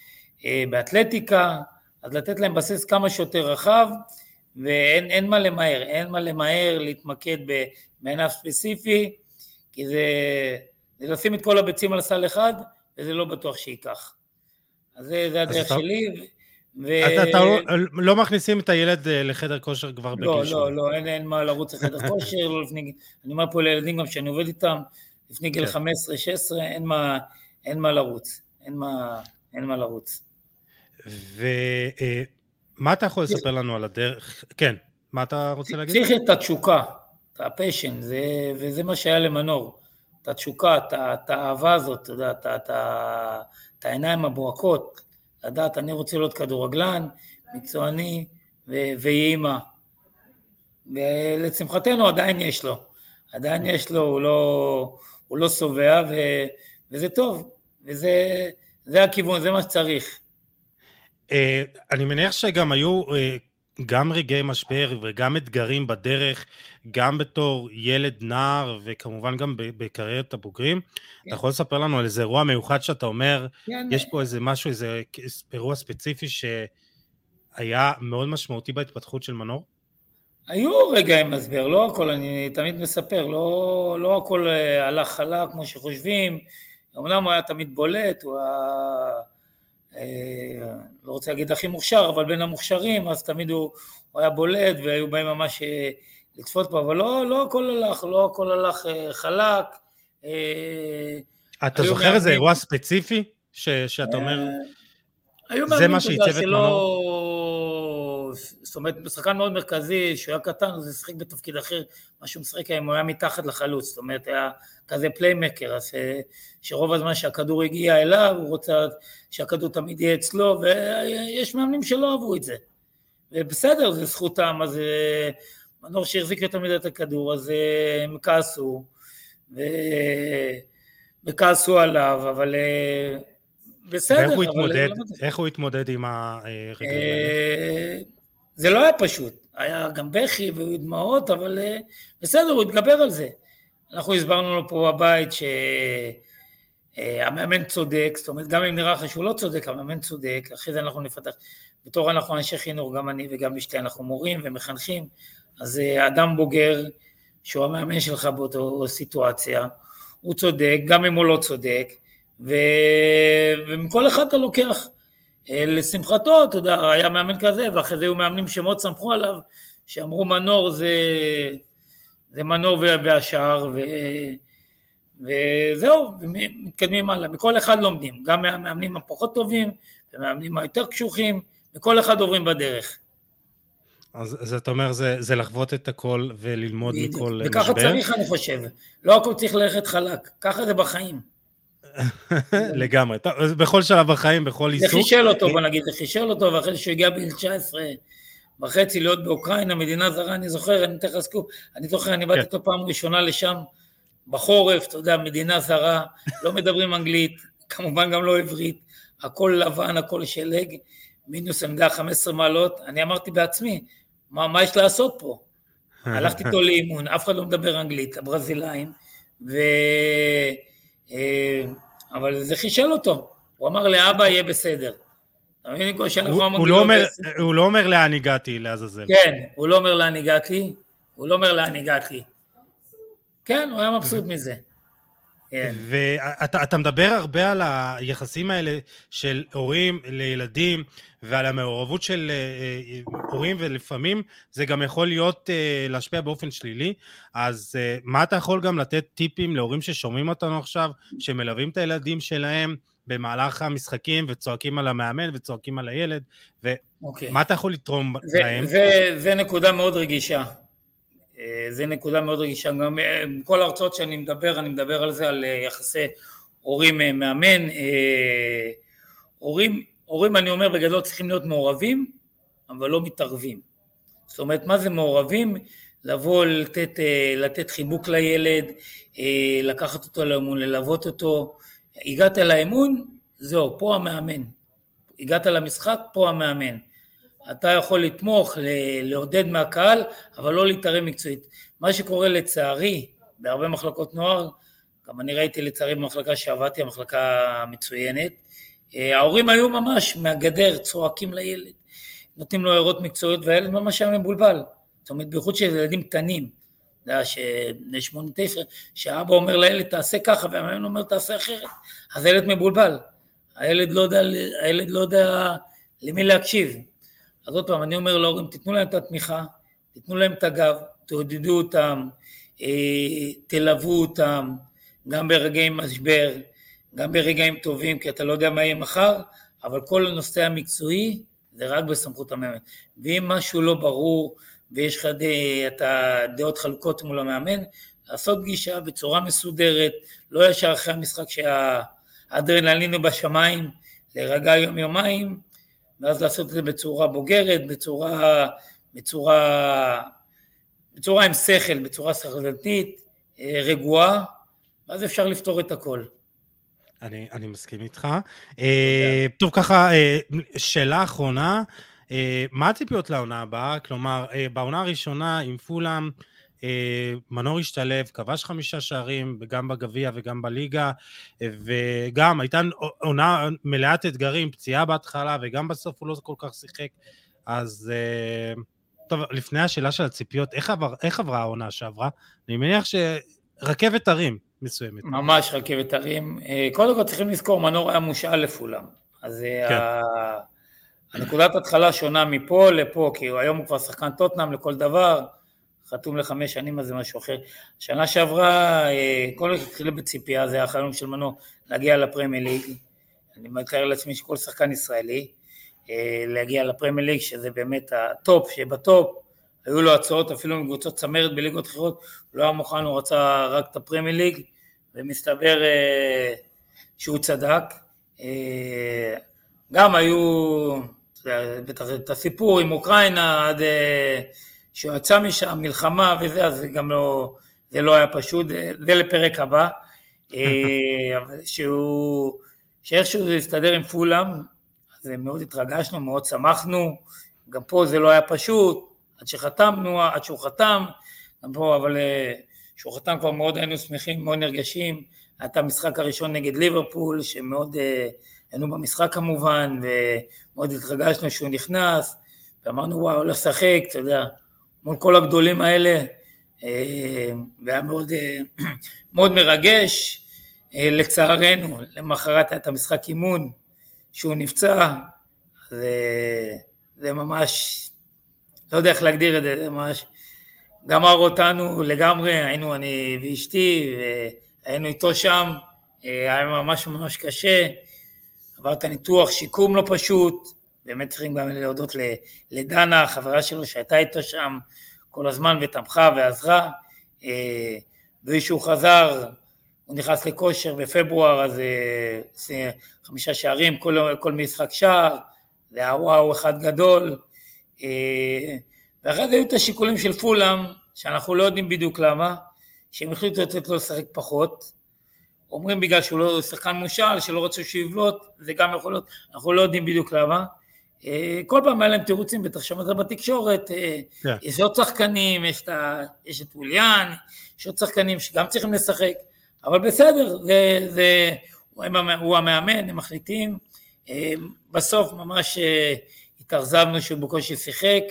באתלטיקה, אז לתת להם בסיס כמה שיותר רחב, ואין מה למהר, אין מה למהר להתמקד בענף ספציפי, כי זה לשים את כל הביצים על סל אחד, וזה לא בטוח שייקח. אז זה הדרך שלי. אתה לא מכניסים את הילד לחדר כושר כבר בגיל שונה? לא, אין מה לרוץ לחדר כושר, אני אומר פה לילדים גם שאני עובד איתם, לפני גיל 15-16, אין מה לרוץ, אין מה לרוץ. ומה אתה יכול לספר לנו על הדרך? כן, מה אתה רוצה להגיד? צריך את התשוקה, את הפשן, וזה מה שהיה למנור, את התשוקה, את האהבה הזאת, אתה יודע, את העיניים הבוהקות, לדעת, אני רוצה להיות כדורגלן, מקצועני ואימא. ולשמחתנו עדיין יש לו, הוא לא סובע, וזה טוב, וזה הכיוון, זה מה שצריך. אני מניח שגם היו גם רגעי משבר וגם אתגרים בדרך, גם בתור ילד נער וכמובן גם בקריירת הבוגרים. אתה יכול לספר לנו על איזה אירוע מיוחד שאתה אומר, יש פה איזה משהו, איזה אירוע ספציפי שהיה מאוד משמעותי בהתפתחות של מנור? היו רגעי משבר, לא הכל, אני תמיד מספר, לא הכל הלך חלק כמו שחושבים, אמנם הוא היה תמיד בולט, הוא לא רוצה להגיד הכי מוכשר, אבל בין המוכשרים, אז תמיד הוא היה בולט, והיו בהם ממש לצפות פה, אבל לא הכל הלך חלק. אתה זוכר איזה אירוע ספציפי, שאתה אומר, זה מה שעיצב את מנור? זאת אומרת, בשחקן מאוד מרכזי, שהוא היה קטן, אז הוא שחק בתפקיד אחר, מה שהוא משחק היום, הוא היה מתחת לחלוץ, זאת אומרת, היה כזה פליימקר, אז שרוב הזמן שהכדור הגיע אליו, הוא רוצה שהכדור תמיד יהיה אצלו, ויש מאמנים שלא אהבו את זה. ובסדר, זה זכותם, אז מנור שהחזיק יותר מדי את הכדור, אז הם כעסו עליו, אבל בסדר. איך הוא התמודד עם הרגעים האלה? זה לא היה פשוט, היה גם בכי ודמעות, אבל בסדר, הוא התגבר על זה. אנחנו הסברנו לו פה בבית שהמאמן צודק, זאת אומרת, גם אם נראה לך שהוא לא צודק, המאמן צודק, אחרי זה אנחנו נפתח, בתור אנחנו אנשי חינוך, גם אני וגם אשתי, אנחנו מורים ומחנכים, אז אדם בוגר, שהוא המאמן שלך באותו סיטואציה, הוא צודק, גם אם הוא לא צודק, ומכל אחד אתה לוקח, לשמחתו, אתה יודע, היה מאמן כזה, ואחרי זה היו מאמנים שמאוד סמכו עליו, שאמרו מנור זה מנור והשאר, וזהו, מתקדמים הלאה, מכל אחד לומדים, גם מהמאמנים הפחות טובים, ומאמנים היותר קשוחים, מכל אחד עוברים בדרך. אז אתה אומר, זה לחוות את הכל וללמוד מכל משבר? וככה צריך, אני חושב, לא הכל צריך ללכת חלק, ככה זה בחיים. לגמרי, בכל שלב בחיים, בכל עיסוק. זה חישל אותו, בוא נגיד, זה חישל אותו, ואחרי שהוא הגיע בגיל 19.5 להיות באוקראינה, מדינה זרה, אני זוכר, אני באתי אותו פעם ראשונה לשם, בחורף, אתה יודע, מדינה זרה, לא מדברים אנגלית, כמובן גם לא עברית, הכל לבן, הכל שלג, מינוס עמדה 15 מעלות, אני אמרתי בעצמי, מה יש לעשות פה? הלכתי איתו לאימון, אף אחד לא מדבר אנגלית, הברזילאים, אבל זה חישל אותו, הוא אמר לאבא יהיה בסדר. הוא לא אומר לאן הגעתי לעזאזל. כן, הוא לא אומר לאן הגעתי. כן, הוא היה מבסוט מזה. ואתה מדבר הרבה על היחסים האלה של הורים לילדים, ועל המעורבות של הורים, ולפעמים זה גם יכול להיות להשפיע באופן שלילי, אז מה אתה יכול גם לתת טיפים להורים ששומעים אותנו עכשיו, שמלווים את הילדים שלהם במהלך המשחקים, וצועקים על המאמן, וצועקים על הילד, ומה אתה יכול לתרום להם? זה נקודה מאוד רגישה. זה נקודה מאוד רגישה, גם כל ההרצאות שאני מדבר על זה, על יחסי הורים מאמן, הורים אני אומר בגדול צריכים להיות מעורבים, אבל לא מתערבים. זאת אומרת, מה זה מעורבים? לבוא לתת חיבוק לילד, לקחת אותו לאמון, ללוות אותו, הגעת לאמון, זהו, פה המאמן, הגעת למשחק, פה המאמן. אתה יכול לתמוך, לעודד מהקהל, אבל לא להתערב מקצועית. מה שקורה לצערי, בהרבה מחלקות נוער, גם אני ראיתי לצערי במחלקה שעבדתי, המחלקה מצוינת, ההורים היו ממש מהגדר, צועקים לילד, נותנים לו הערות מקצועיות, והילד ממש היה מבולבל. זאת אומרת, בייחוד של ילדים קטנים, ש8-9, שהאבא אומר לילד תעשה ככה, והמאמן אומר תעשה אחרת, אז הילד מבולבל. הילד לא יודע למי להקשיב. אז עוד פעם, אני אומר להורים, תיתנו להם את התמיכה, תיתנו להם את הגב, תעודדו אותם, תלוו אותם, גם ברגעים משבר, גם ברגעים טובים, כי אתה לא יודע מה יהיה מחר, אבל כל הנושא המקצועי זה רק בסמכות המאמן. ואם משהו לא ברור, ויש לך את הדעות חלוקות מול המאמן, לעשות פגישה בצורה מסודרת, לא ישר אחרי המשחק שהאדרנלין הוא בשמיים, להירגע יום-יומיים, ואז לעשות את זה בצורה בוגרת, בצורה עם שכל, בצורה סחרדתית, רגועה, ואז אפשר לפתור את הכל. אני מסכים איתך. טוב, ככה, שאלה אחרונה, מה הציפיות לעונה הבאה? כלומר, בעונה הראשונה עם פולאם, מנור השתלב, כבש 5 שערים, גם בגביע וגם בליגה, וגם הייתה עונה מלאת אתגרים, פציעה בהתחלה, וגם בסוף הוא לא כל כך שיחק. אז טוב, לפני השאלה של הציפיות, איך עברה העונה שעברה? אני מניח שרכבת הרים מסוימת. ממש רכבת הרים. קודם כל צריכים לזכור, מנור היה מושאל לפולאם. אז הנקודת התחלה שונה מפה לפה, כי היום הוא כבר שחקן טוטנהאם לכל דבר, חתום ל5 שנים, אז זה משהו אחר. שנה שעברה, כל התחילה בציפייה, זה החלום של מנור, להגיע לפרמייר ליג. אני מתאר לעצמי שכל שחקן ישראלי, להגיע לפרמייר ליג, שזה באמת הטופ שבטופ, היו לו הצעות אפילו מקבוצות צמרת בליגות אחרות, הוא לא היה מוכן, הוא רצה רק את הפרמייר ליג, ומסתבר שהוא צדק. גם היו את הסיפור עם אוקראינה, עד שהוא יצא משם, מלחמה וזה, אז גם לא, זה לא היה פשוט, זה לפרק הבא, שאיכשהו זה הסתדר עם פולאם, אז מאוד התרגשנו, מאוד שמחנו, גם פה זה לא היה פשוט, עד שהוא חתם, גם פה, אבל שהוא חתם כבר מאוד היינו שמחים, מאוד נרגשים, הייתה המשחק הראשון נגד ליברפול, שמאוד היינו במשחק כמובן, ומאוד התרגשנו שהוא נכנס, ואמרנו וואו, לשחק, אתה יודע, מול כל הגדולים האלה, והיה מאוד, מאוד מרגש, לצערנו, למחרת את המשחק אימון, שהוא נפצע, זה ממש, לא יודע איך להגדיר את זה, זה ממש גמר אותנו לגמרי, היינו אני ואשתי, והיינו איתו שם, היה ממש ממש קשה, עבר את הניתוח, שיקום לא פשוט, באמת צריכים גם להודות לדנה, החברה שלו שהייתה איתו שם כל הזמן ותמכה ועזרה, ואישהו חזר, הוא נכנס לכושר בפברואר, אז 5 שערים, כל משחק שער, זה היה וואו אחד גדול, ואחרי זה היו את השיקולים של פולאם, שאנחנו לא יודעים בדיוק למה, שהם החליטו לתת לו לשחק פחות, אומרים בגלל שהוא לא שחקן מושל, שלא רצו שיבלוט, זה גם יכול להיות, אנחנו לא יודעים בדיוק למה, כל פעם היה להם תירוצים, בטח שמעת בתקשורת, יש עוד שחקנים, יש את ווליאן, יש עוד שחקנים שגם צריכים לשחק, אבל בסדר, הוא המאמן, הם מחליטים, בסוף ממש התאכזבנו שהוא בקושי שיחק,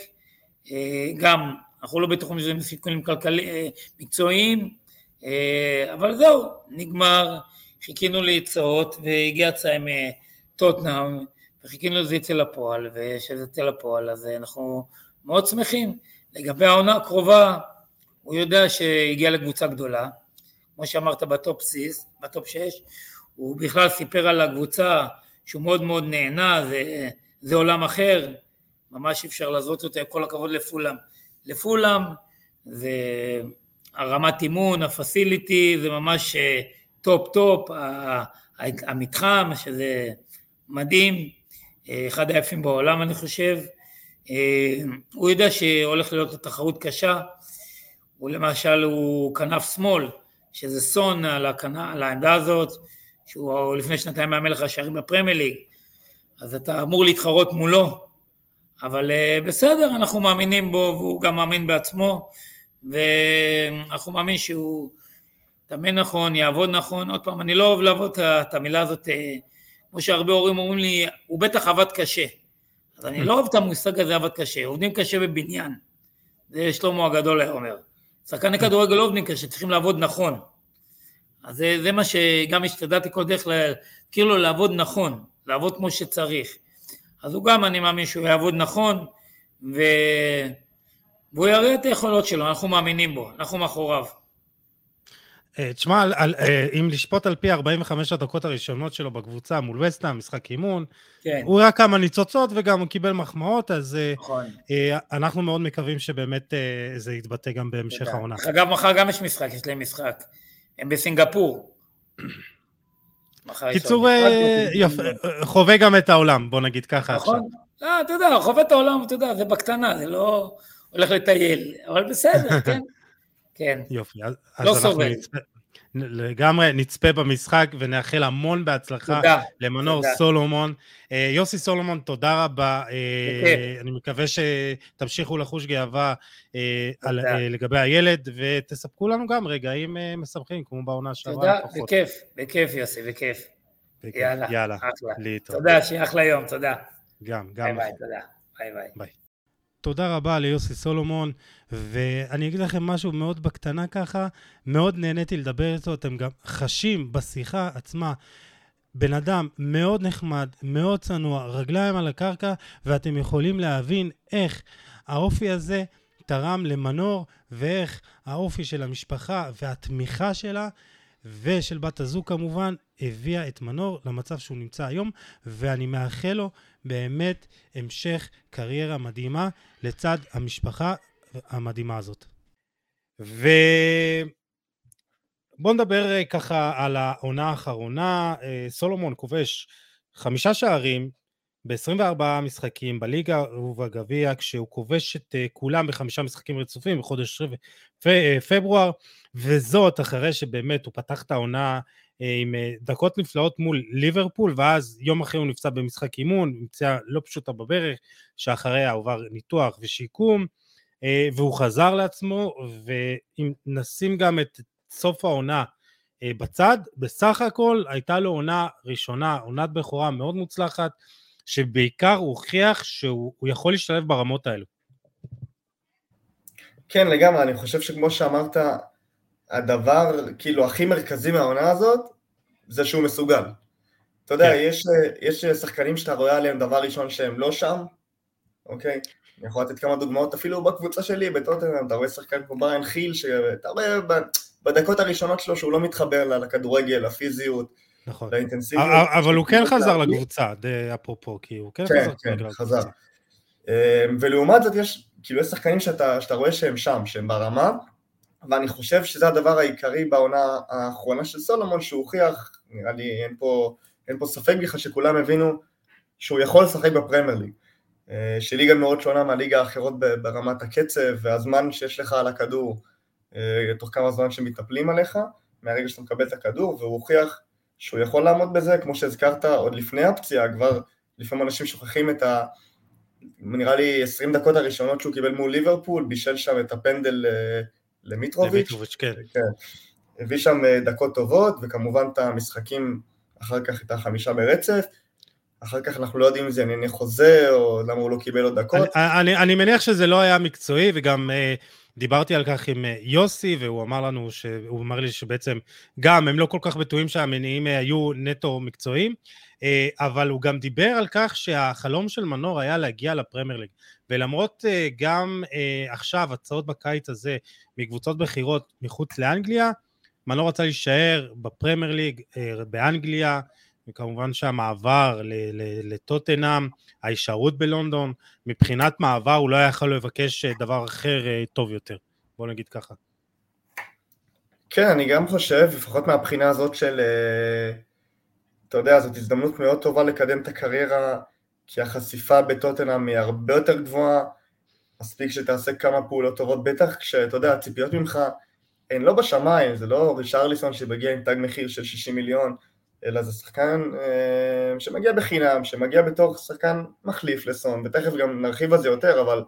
גם אנחנו לא בטוחים שזה סיכונים מקצועיים, אבל זהו, נגמר, חיכינו להצעות, והגיע הצעה עם טוטנהאם, וחיכינו לזה יצא לפועל, ושזה יצא לפועל, אז אנחנו מאוד שמחים. לגבי העונה הקרובה, הוא יודע שהגיע לקבוצה גדולה, כמו שאמרת בטופ 6, הוא בכלל סיפר על הקבוצה שהוא מאוד מאוד נהנה, זה עולם אחר, ממש אפשר לעזות אותה, כל הכבוד לפולאם, זה הרמת אימון, הפסיליטי, זה ממש טופ, המתחם, שזה מדהים, אחד היפים בעולם אני חושב, הוא יודע שהולך להיות תחרות קשה, הוא למשל הוא כנף שמאל, שזה סון על העמדה הזאת, שהוא לפני שנתיים מהמלך השערים בפרמייר ליג, אז אתה אמור להתחרות מולו, אבל בסדר, אנחנו מאמינים בו, והוא גם מאמין בעצמו, ואנחנו מאמין שהוא תאמן נכון, יעבוד נכון, עוד פעם, אני לא אוהב לעבוד את המילה הזאת, כמו שהרבה הורים אומרים לי, הוא בטח עבד קשה, אז אני לא אוהב את המושג הזה עבד קשה, עובדים קשה בבניין, זה שלמה הגדול היה אומר, שחקני כדורגל לא עובדים קשה, צריכים לעבוד נכון, אז זה מה שגם השתדלתי כל דרך, כאילו לעבוד נכון, לעבוד כמו שצריך. אז הוא גם, אני מאמין שהוא יעבוד נכון, והוא יראה את היכולות שלו, אנחנו מאמינים בו, אנחנו מאחוריו. תשמע, אם לשפוט על פי 45 הדקות הראשונות שלו בקבוצה מול וסטהאם, משחק אימון, כן. הוא ראה כמה ניצוצות וגם הוא קיבל מחמאות, אז נכון. אנחנו מאוד מקווים שבאמת זה יתבטא גם בהמשך העונה. אגב, מחר גם יש משחק, יש להם משחק. הם בסינגפור. קיצור, חווה גם את העולם, בוא נגיד ככה עכשיו. נכון. אתה יודע, חווה את העולם, אתה יודע, זה בקטנה, זה לא הולך לטייל, אבל בסדר, כן. כן. יופי, לא אז אנחנו סובל. לגמרי נצפה במשחק ונאחל המון בהצלחה למנור סולומון. יוסי סולומון, תודה רבה, אני מקווה שתמשיכו לחוש גאווה לגבי הילד, ותספקו לנו גם רגעים משמחים, כמו בעונה שעברה. תודה, בכיף יוסי, בכיף. יאללה, להתראות. תודה, שיהיה אחלה יום, תודה. גם. ביי, תודה. ביי. תודה רבה ליוסי סולומון, ואני אגיד לכם משהו מאוד בקטנה ככה, מאוד נהניתי לדבר איתו, אתם גם חשים בשיחה עצמה, בן אדם מאוד נחמד, מאוד צנוע, רגליים על הקרקע, ואתם יכולים להבין איך האופי הזה תרם למנור, ואיך האופי של המשפחה והתמיכה שלה, ושל בת הזוג כמובן, הביאה את מנור למצב שהוא נמצא היום, ואני מאחל לו באמת המשך קריירה מדהימה לצד המשפחה המדהימה הזאת. ובוא נדבר ככה על העונה האחרונה. סולומון כובש 5 שערים ב-24 משחקים בליגה ובגביע, כשהוא כובש את כולם ב5 משחקים רצופים בחודש פברואר, וזאת אחרי שבאמת הוא פתח את העונה עם דקות נפלאות מול ליברפול, ואז יום אחרי הוא נפצע במשחק אימון, נפצע לא פשוטה בברך, שאחריה עבר ניתוח ושיקום, והוא חזר לעצמו. ואם נשים גם את סוף העונה בצד, בסך הכל הייתה לו עונה ראשונה, עונת בכורה מאוד מוצלחת, שבעיקר הוא הוכיח שהוא יכול להשתלב ברמות האלו. כן, לגמרי, אני חושב שכמו שאמרת, הדבר כאילו הכי מרכזי מהעונה הזאת, זה שהוא מסוגל. אתה יודע, יש שחקנים שאתה רואה עליהם דבר ראשון שהם לא שם, אוקיי? אני יכול לתת כמה דוגמאות, אפילו בקבוצה שלי, בטוטנהאם, אתה רואה שחקן כמו בריאן חיל, שאתה רואה בדקות הראשונות שלו שהוא לא מתחבר לכדורגל, לפיזיות, נכון. לאינטנסיביות. אבל הוא כן חזר לקבוצה, אפרופו, כי הוא כן חזר. ולעומת זאת יש שחקנים שאתה רואה שהם שם, שהם ברמה, ואני חושב שזה הדבר העיקרי בעונה האחרונה של סולומון, שהוא הוכיח, נראה לי אין פה ספק בכלל שכולם הבינו שהוא יכול לשחק בפרמייר ליג, שליגה מאוד שונה מהליגה האחרות ברמת הקצב, והזמן שיש לך על הכדור, תוך כמה זמן שמטפלים עליך, מהרגע שאתה מקבל את הכדור, והוא הוכיח שהוא יכול לעמוד בזה, כמו שהזכרת עוד לפני הפציעה, כבר לפעמים אנשים שוכחים את נראה לי 20 דקות הראשונות שהוא קיבל מול ליברפול, בישל שם את הפנדל למיטרוביץ', כן. הביא שם דקות טובות, וכמובן את המשחקים אחר כך את 5 ברצף, אחר כך אנחנו לא יודעים אם זה ענייני חוזה, או למה הוא לא קיבל עוד דקות. אני מניח שזה לא היה מקצועי, וגם דיברתי על כך עם יוסי, והוא אמר לי שבעצם גם הם לא כל כך בטוחים שהמניעים היו נטו מקצועיים, אבל הוא גם דיבר על כך שהחלום של מנור היה להגיע לפרמייר ליג, ולמרות גם עכשיו הצעות בקיץ הזה מקבוצות בחירות מחוץ לאנגליה, מנור רצה להישאר בפרמייר ליג באנגליה, וכמובן שהמעבר לטוטנהאם, ההישארות בלונדון, מבחינת מעבר הוא לא יכול לבקש דבר אחר טוב יותר, בוא נגיד ככה. כן, אני גם חושב, לפחות מהבחינה הזאת של, אתה יודע, זאת הזדמנות מאוד טובה לקדם את הקריירה, כי החשיפה בטוטנהאם היא הרבה יותר גבוהה, מספיק שתעשה כמה פעולות טובות, בטח כשאתה יודע, הציפיות ממך הן לא בשמיים, זה לא רישרליסון שמגיע עם תג מחיר של 60 מיליון, אלא זה שחקן שמגיע בחינם, שמגיע בתור שחקן מחליף לסון, ותכף גם נרחיב על זה יותר, אבל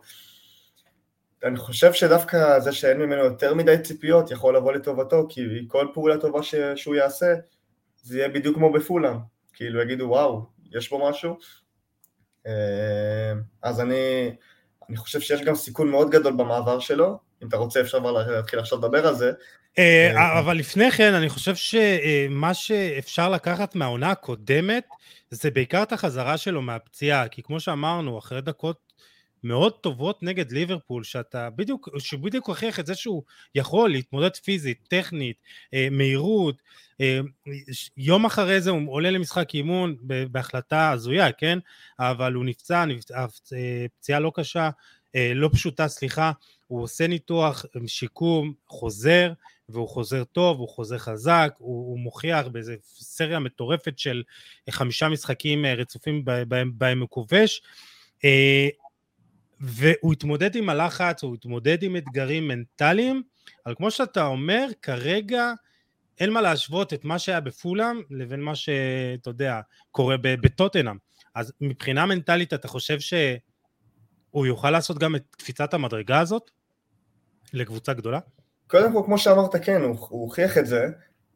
אני חושב שדווקא זה שאין ממנו יותר מדי ציפיות יכול לבוא לטובתו, כי כל פעולה טובה שהוא יעשה, זה יהיה בדיוק כמו בפולאם, כאילו יגידו וואו, יש בו משהו, אז אני חושב שיש גם סיכון מאוד גדול במעבר שלו, אם אתה רוצה אפשר כבר להתחיל עכשיו לדבר על זה. אבל לפני כן, אני חושב שמה שאפשר לקחת מהעונה הקודמת, זה בעיקר את החזרה שלו מהפציעה, כי כמו שאמרנו, אחרי דקות מאוד טובות נגד ליברפול, שבדיוק הוכיח את זה שהוא יכול להתמודד פיזית, טכנית, מהירות, יום אחרי זה הוא עולה למשחק אימון בהחלטה הזויה, כן? אבל הוא נפצע, פציעה לא קשה, לא פשוטה, סליחה, הוא עושה ניתוח, שיקום, חוזר, והוא חוזר טוב, הוא חוזר חזק, הוא מוכיח באיזו סריה מטורפת של 5 משחקים רצופים בהם הוא כובש, והוא התמודד עם הלחץ, הוא התמודד עם אתגרים מנטליים, אבל כמו שאתה אומר, כרגע אין מה להשוות את מה שהיה בפולאם, לבין מה שאתה יודע, קורה בטוטנהאם. אז מבחינה מנטלית אתה חושב שהוא יוכל לעשות גם את קפיצת המדרגה הזאת לקבוצה גדולה? קודם כל, כמו שאמרת, כן, הוא הוכיח את זה.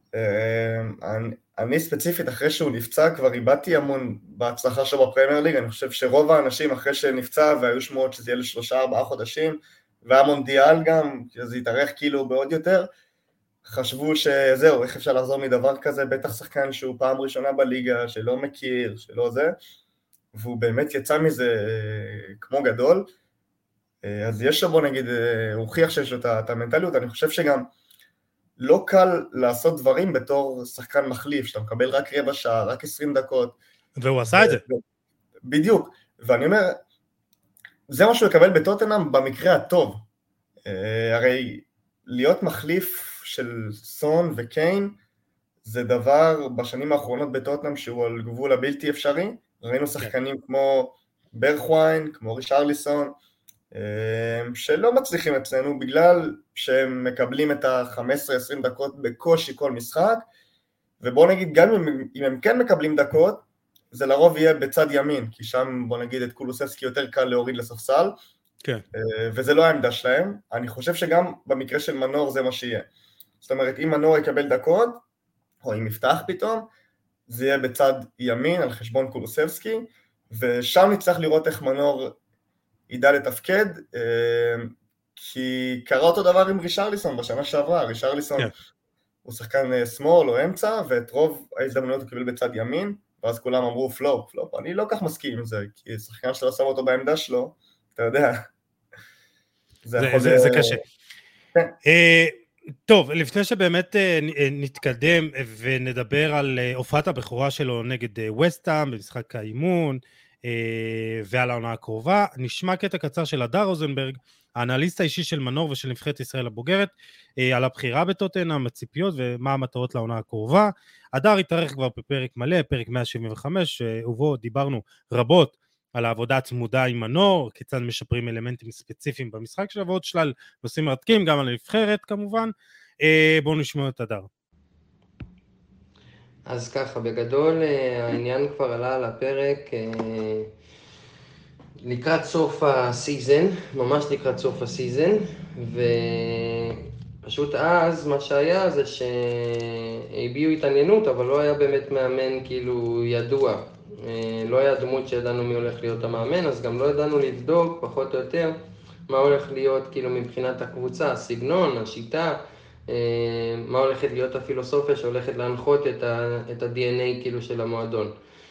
אני ספציפית, אחרי שהוא נפצע, כבר איבדתי המון בהצלחה שלו בפרמייר ליג. אני חושב שרוב האנשים אחרי שנפצע, והיו שמועות שזה יהיה ל3-4 חודשים, והמונדיאל גם, שזה יתארך כאילו בעוד יותר, חשבו שזהו, איך אפשר לחזור מדבר כזה, בטח שחקן שהוא פעם ראשונה בליגה, שלא מכיר, שלא זה, והוא באמת יצא מזה כמו גדול. אז יש לו, בוא נגיד, הוא הוכיח שיש לו את המנטליות. אני חושב שגם לא קל לעשות דברים בתור שחקן מחליף, שאתה מקבל רק רבע שעה, רק 20 דקות. והוא עשה את זה. בדיוק, ואני אומר, זה מה שהוא יקבל בטוטנהאם במקרה הטוב. הרי להיות מחליף של סון וקיין, זה דבר בשנים האחרונות בטוטנהאם שהוא על גבול הבלתי אפשרי. ראינו שחקנים כמו ברכווין, כמו רישרליסון, שלא מצליחים אצלנו בגלל שהם מקבלים את ה-15-20 דקות בקושי כל משחק, ובוא נגיד גם אם הם כן מקבלים דקות, זה לרוב יהיה בצד ימין, כי שם בוא נגיד את קולוסבסקי יותר קל להוריד לספסל, כן. וזה לא העמדה שלהם. אני חושב שגם במקרה של מנור זה מה שיהיה. זאת אומרת, אם מנור יקבל דקות, או אם יפתח פתאום, זה יהיה בצד ימין על חשבון קולוסבסקי, ושם נצטרך לראות איך מנור ידע לתפקד, כי קרה אותו דבר עם רישרליסון בשנה שעברה. רישרליסון הוא שחקן שמאל או אמצע, ואת רוב ההזדמנויות הוא קיבל בצד ימין, ואז כולם אמרו פלופ. אני לא כך מסכים עם זה, כי שחקן שלא שם אותו בעמדה שלו, אתה יודע. זה קשה. טוב, לפני שבאמת נתקדם ונדבר על הופעת הבכורה שלו נגד וסטהאם במשחק האימון, ועל העונה הקרובה, נשמע קטע קצר של הדר רוזנברג, האנליסט האישי של מנור ושל נבחרת ישראל הבוגרת, על הבחירה בטוטנהאם, הציפיות ומה המטרות לעונה הקרובה. הדר התארך כבר בפרק מלא, פרק 175, ובו דיברנו רבות על העבודה הצמודה עם מנור, כיצד משפרים אלמנטים ספציפיים במשחק שלו, ועוד שלל נושאים מרתקים, גם על הנבחרת כמובן. בואו נשמע את הדר. אז ככה, בגדול העניין כבר עלה על הפרק לקראת סוף הסיזן, ממש לקראת סוף הסיזן, ופשוט אז מה שהיה זה שהביעו התעניינות, אבל לא היה באמת מאמן כאילו ידוע. לא היה דמות שידענו מי הולך להיות המאמן, אז גם לא ידענו לבדוק פחות או יותר מה הולך להיות כאילו מבחינת הקבוצה, הסגנון, השיטה, מה הולכת להיות הפילוסופיה שהולכת להנחות את ה-DNA כאילו של המועדון.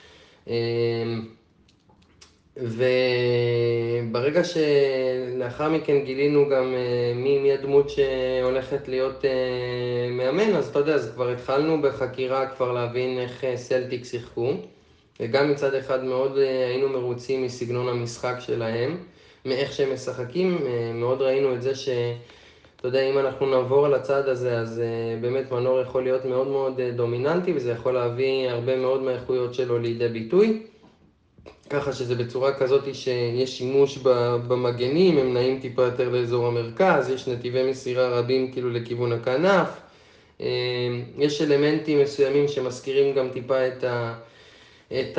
וברגע שלאחר מכן גילינו גם מי הדמות שהולכת להיות מאמן, אז אתה יודע, אז כבר התחלנו בחקירה כבר להבין איך סלטיק שיחקו, וגם מצד אחד מאוד היינו מרוצים מסגנון המשחק שלהם, מאיך שהם משחקים. מאוד ראינו את זה אתה יודע, אם אנחנו נעבור על הצד הזה, אז באמת מנור יכול להיות מאוד מאוד דומיננטי, וזה יכול להביא הרבה מאוד מהאיכויות שלו לידי ביטוי. ככה שזה בצורה כזאת שיש שימוש במגנים, הם נעים טיפה יותר לאזור המרכז, יש נתיבי מסירה רבים כאילו לכיוון הכנף. יש אלמנטים מסוימים שמזכירים גם טיפה את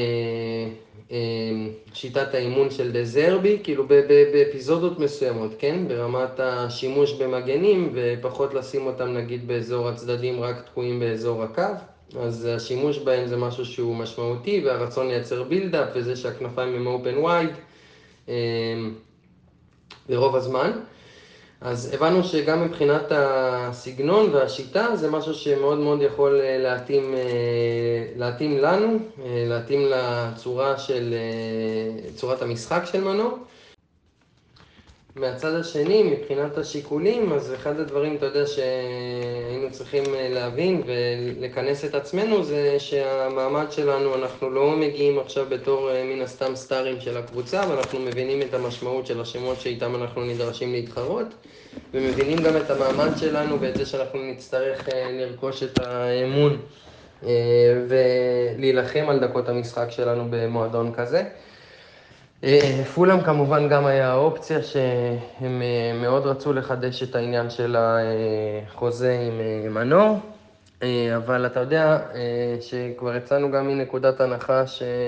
שיטת האימון של דזרבי, כאילו באפיזודות מסוימות, כן? ברמת השימוש במגנים, ופחות לשים אותם נגיד באזור הצדדים רק תקועים באזור הקו. אז השימוש בהם זה משהו שהוא משמעותי, והרצון לייצר בילדאפ, וזה שהכנפיים הם open wide לרוב הזמן. אז הבנו שגם מבחינת הסגנון והשיטה זה משהו שמאוד מאוד יכול להתאים לנו, להתאים צורת המשחק של מנור. מהצד השני, מבחינת השיקולים, אז אחד הדברים, אתה יודע, שהיינו צריכים להבין ולכנס את עצמנו, זה שהמעמד שלנו, אנחנו לא מגיעים עכשיו בתור מן הסתם סטארים של הקבוצה, ואנחנו מבינים את המשמעות של השמות שאיתם אנחנו נדרשים להתחרות, ומבינים גם את המעמד שלנו ואת זה שאנחנו נצטרך לרכוש את האמון ולהילחם על דקות המשחק שלנו במועדון כזה. פולאם כמובן גם היה האופציה שהם מאוד רצו לחדש את העניין של החוזה עם מנור, אבל אתה יודע שכבר יצאנו גם מנקודת הנחה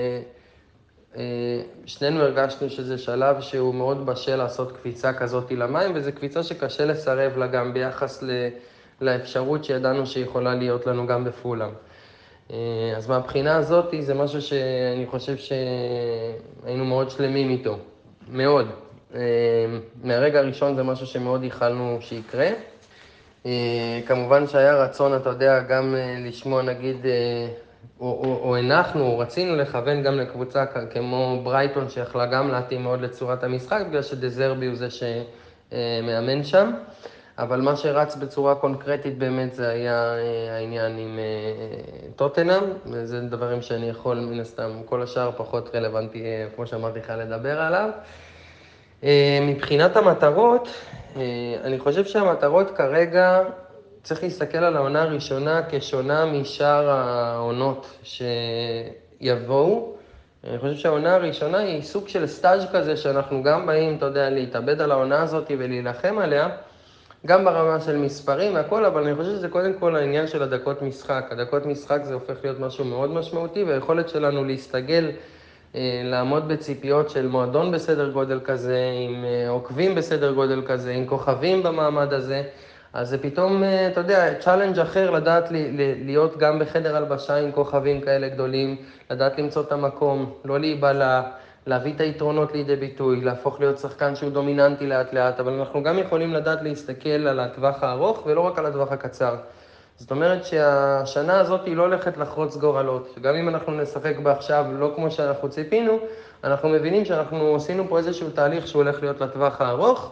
ששנינו הרגשנו שזה שלב שהוא מאוד בשל לעשות קפיצה כזאת למים, וזו קפיצה שקשה לסרב לה גם ביחס לאפשרות שידענו שיכולה להיות לנו גם בפולאם. אז מהבחינה הזאת זה משהו שאני חושב שהיינו מאוד שלמים איתו, מאוד. מהרגע הראשון זה משהו שמאוד ייחלנו שיקרה. כמובן שהיה רצון, אתה יודע, גם לשמוע נגיד, או רצינו לכוון גם לקבוצה כמו ברייטון שיכלה גם להתאים מאוד לצורת המשחק, בגלל שדזרבי הוא זה שמאמן שם. אבל מה שרץ בצורה קונקרטית באמת זה היה העניין עם טוטנהאם, וזה דברים שאני יכול מן הסתם, כל השאר פחות רלוונטי, כמו שאמרתי לך, לדבר עליו. מבחינת המטרות, אני חושב שהמטרות כרגע, צריך להסתכל על העונה הראשונה כשונה משאר העונות שיבואו. אני חושב שהעונה הראשונה היא סוג של סטאז' כזה, שאנחנו גם באים, אתה יודע, להתאבד על העונה הזאת ולהילחם עליה, גם ברמה של מספרים והכל, אבל אני חושב שזה קודם כל העניין של הדקות משחק. הדקות משחק זה הופך להיות משהו מאוד משמעותי, והיכולת שלנו להסתגל, לעמוד בציפיות של מועדון בסדר גודל כזה, עם עוקבים בסדר גודל כזה, עם כוכבים במעמד הזה, אז זה פתאום, אתה יודע, צ'אלנג' אחר לדעת להיות גם בחדר הלבשה עם כוכבים כאלה גדולים, לדעת למצוא את המקום, לא להיבלה, להביא את היתרונות לידי ביטוי, להפוך להיות שחקן שהוא דומיננטי לאט לאט, אבל אנחנו גם יכולים לדעת להסתכל על הטווח הארוך ולא רק על הטווח הקצר. זאת אומרת שהשנה הזאת היא לא הולכת לחרוץ גורלות. גם אם אנחנו נשחק בעכשיו לא כמו שאנחנו ציפינו, אנחנו מבינים שאנחנו עשינו פה איזשהו תהליך שהוא הולך להיות לטווח הארוך,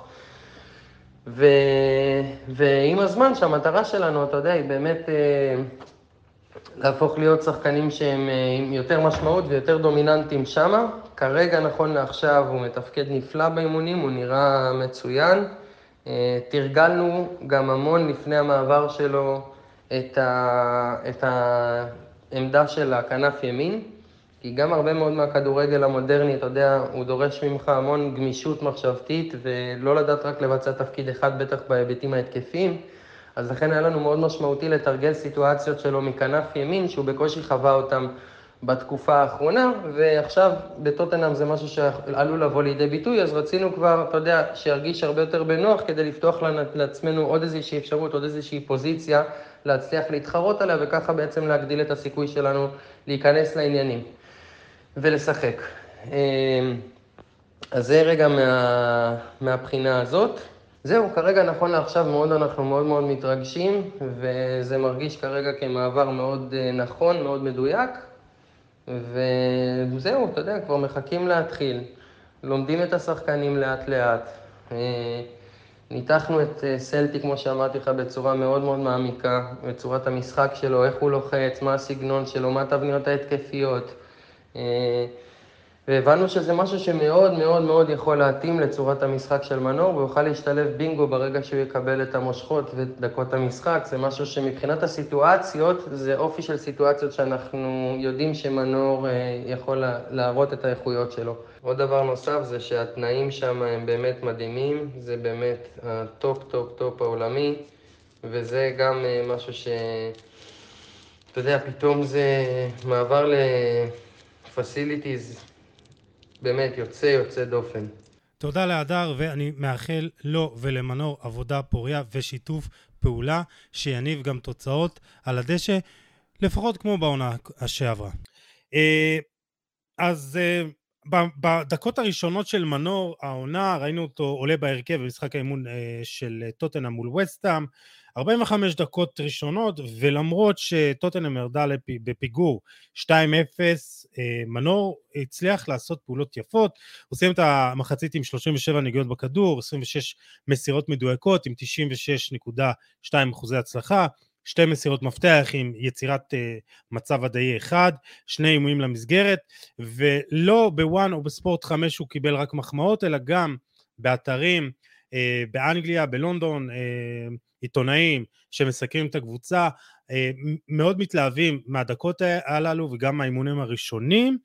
ועם הזמן שהמטרה שלנו, אתה יודע, היא באמת להפוך להיות שחקנים שהם עם יותר משמעות ויותר דומיננטיים שמה. כרגע נכון לעכשיו הוא מתפקד נפלא באימונים, הוא נראה מצוין. תרגלנו גם המון לפני המעבר שלו את העמדה של הכנף ימין, כי גם הרבה מאוד מהכדורגל המודרני, אתה יודע, הוא דורש ממך המון גמישות מחשבתית, ולא לדעת רק לבצע תפקיד אחד, בטח בהיבטים ההתקפיים. אז לכן היה לנו מאוד משמעותי לתרגל סיטואציות שלו מכנף ימין, שהוא בקושי חווה אותם בתקופה האחרונה, ועכשיו בטוטנהאם זה משהו שעלול לבוא לידי ביטוי, אז רצינו כבר, אתה יודע, שירגיש הרבה יותר בנוח כדי לפתוח לעצמנו עוד איזושהי אפשרות, עוד איזושהי פוזיציה, להצליח להתחרות עליה, וככה בעצם להגדיל את הסיכוי שלנו להיכנס לעניינים ולשחק. אז זה רגע מהבחינה הזאת. זהו, כרגע נכון לעכשיו אנחנו מאוד מאוד מתרגשים, וזה מרגיש כרגע כמעבר מאוד נכון, מאוד מדויק, וזהו, אתה יודע, כבר מחכים להתחיל, לומדים את השחקנים לאט לאט, ניתחנו את סלטיק, כמו שאמרתי לך, בצורה מאוד מאוד מעמיקה, בצורת המשחק שלו, איך הוא לוחץ, מה הסגנון שלו, מה התבניות ההתקפיות, והבנו שזה משהו שמאוד מאוד מאוד יכול להתאים לצורת המשחק של מנור, ויוכל להשתלב בינגו ברגע שהוא יקבל את המושכות ודקות המשחק. זה משהו שמבחינת הסיטואציות, זה אופי של סיטואציות שאנחנו יודעים שמנור יכול להראות את האיכויות שלו. עוד דבר נוסף זה שהתנאים שם הם באמת מדהימים, זה באמת הטופ טופ טופ העולמי, וזה גם משהו אתה יודע, פתאום זה מעבר לפסיליטיז, באמת יוצא דופן. תודה להדר, ואני מאחל לו ולמנור עבודה פוריה ושיתוף פעולה שיניב גם תוצאות על הדשא, לפחות כמו בעונה שעברה. אז בדקות הראשונות של מנור, העונה, ראינו אותו עולה בהרכב במשחק האימון של טוטנהאם מול וסטהאם, 45 דקות ראשונות, ולמרות שטוטנהאם ירדה בפיגור 2-0, מנור הצליח לעשות פעולות יפות, הוא סיים את המחצית עם 37 נגיעות בכדור, 26 מסירות מדויקות עם 96.2% הצלחה, 2 מסירות מפתח עם יצירת מצב ודאי אחד, 2 אימונים למסגרת, ולא בוואן או בספורט 5 הוא קיבל רק מחמאות, אלא גם באתרים, באנגליה, בלונדון, עיתונאים שמסקרים את הקבוצה, מאוד מתלהבים מהדקות הללו וגם מהאימונים הראשונים.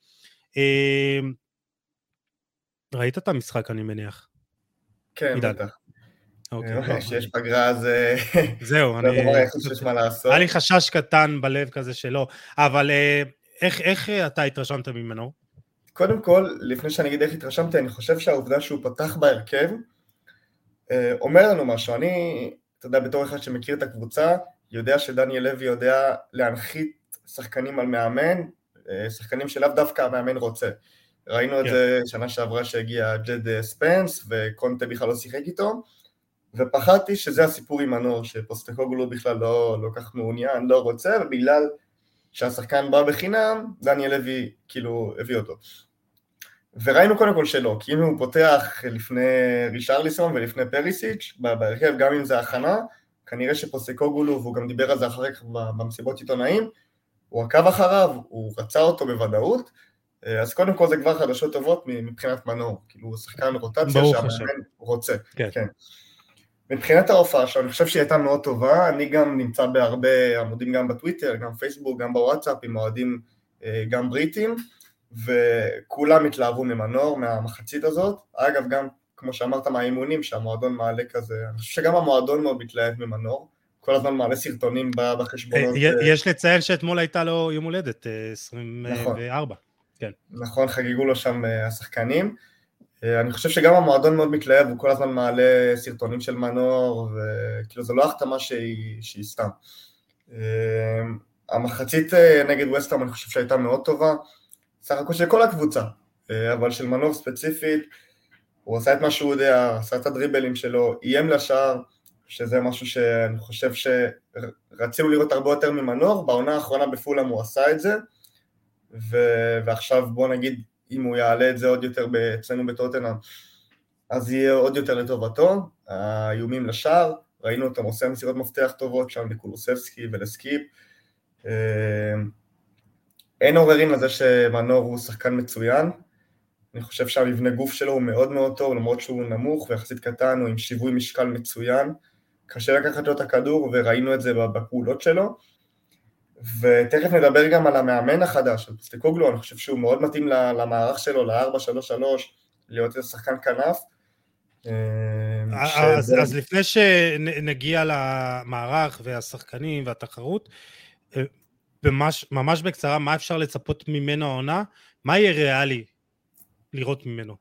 ראית את המשחק אני מניח? כן, בטח. שיש פגרה אז זהו, היה לי חשש קטן בלב כזה שלא, אבל איך אתה התרשמת ממנו? קודם כל, לפני שאני אגיד איך התרשמתי, אני חושב שהעובדה שהוא פתח בהרכב אומר לנו משהו. אני, אתה יודע, בתור אחד שמכיר את הקבוצה, יודע שדניאל לוי יודע להנחית שחקנים על מאמן, שחקנים שלאו דווקא המאמן רוצה. ראינו את זה שנה שעברה שהגיע ג'ד ספנס וקונטה בכלל לא שיחק איתו, ופחדתי שזה הסיפור עם מנור, שפוסטקוגלו בכלל לא כך מעוניין, לא רוצה, ובגלל שהשחקן בא בחינם, דניאל לוי כאילו הביא אותו. וראינו קודם כל שלא, כי אם הוא פותח לפני רישרליסון ולפני פריסיץ' בהרכב, גם אם זה הכנה, כנראה שפוסטקוגלו, והוא גם דיבר על זה אחר כך במסיבות עיתונאים, הוא עקב אחריו, הוא רצה אותו בוודאות, אז קודם כל זה כבר חדשות טובות מבחינת מנור, כאילו הוא שחקן רוטציה שהמאמן רוצה. כן. מבחינת ההופעה שלו, אני חושב שהיא הייתה מאוד טובה, אני גם נמצא בהרבה עמודים גם בטוויטר, גם פייסבוק, גם בוואטסאפ, עם אוהדים גם בריטים, וכולם התלהבו ממנור, מהמחצית הזאת. אגב, גם כמו שאמרת מהאימונים, שהמועדון מעלה כזה, אני חושב שגם המועדון מאוד מתלהב ממנור, כל הזמן מעלה סרטונים בחשבונות. יש לציין שאתמול הייתה לו יום הולדת, 24. נכון, חגיגו לו שם השחקנים. אני חושב שגם המועדון מאוד מתלהב, הוא כל הזמן מעלה סרטונים של מנור, וכאילו זו לא החתמה שהיא סתם. המחצית נגד וסטהאם אני חושב שהייתה מאוד טובה, סך הכל של כל הקבוצה, אבל של מנור ספציפית, הוא עשה את מה שהוא יודע, עשה את הדריבלים שלו, איים לשער, שזה משהו שאני חושב שרצינו לראות הרבה יותר ממנור, בעונה האחרונה בפולהאם הוא עשה את זה, ועכשיו בוא נגיד, אם הוא יעלה את זה עוד יותר אצלנו בטוטנהאם, אז יהיה עוד יותר לטובתו. האיומים לשער, ראינו אותם עושה מסירות מפתח טובות שם לקולוסבסקי ולסקיפ. אין עוררין לזה שמנור הוא שחקן מצוין, אני חושב שהמבנה גוף שלו הוא מאוד מאוד טוב, למרות שהוא נמוך ויחסית קטן, הוא עם שיווי משקל מצוין, קשה לקחת לו את הכדור וראינו את זה בפעולות שלו. ותכף נדבר גם על המאמן החדש, של פוסטקוגלו, אני חושב שהוא מאוד מתאים למערך שלו, ל-4-3-3, להיות איזה שחקן כנף. אז לפני שנגיע למערך והשחקנים והתחרות, ממש בקצרה, מה אפשר לצפות ממנו העונה? מה יהיה ריאלי לראות ממנו?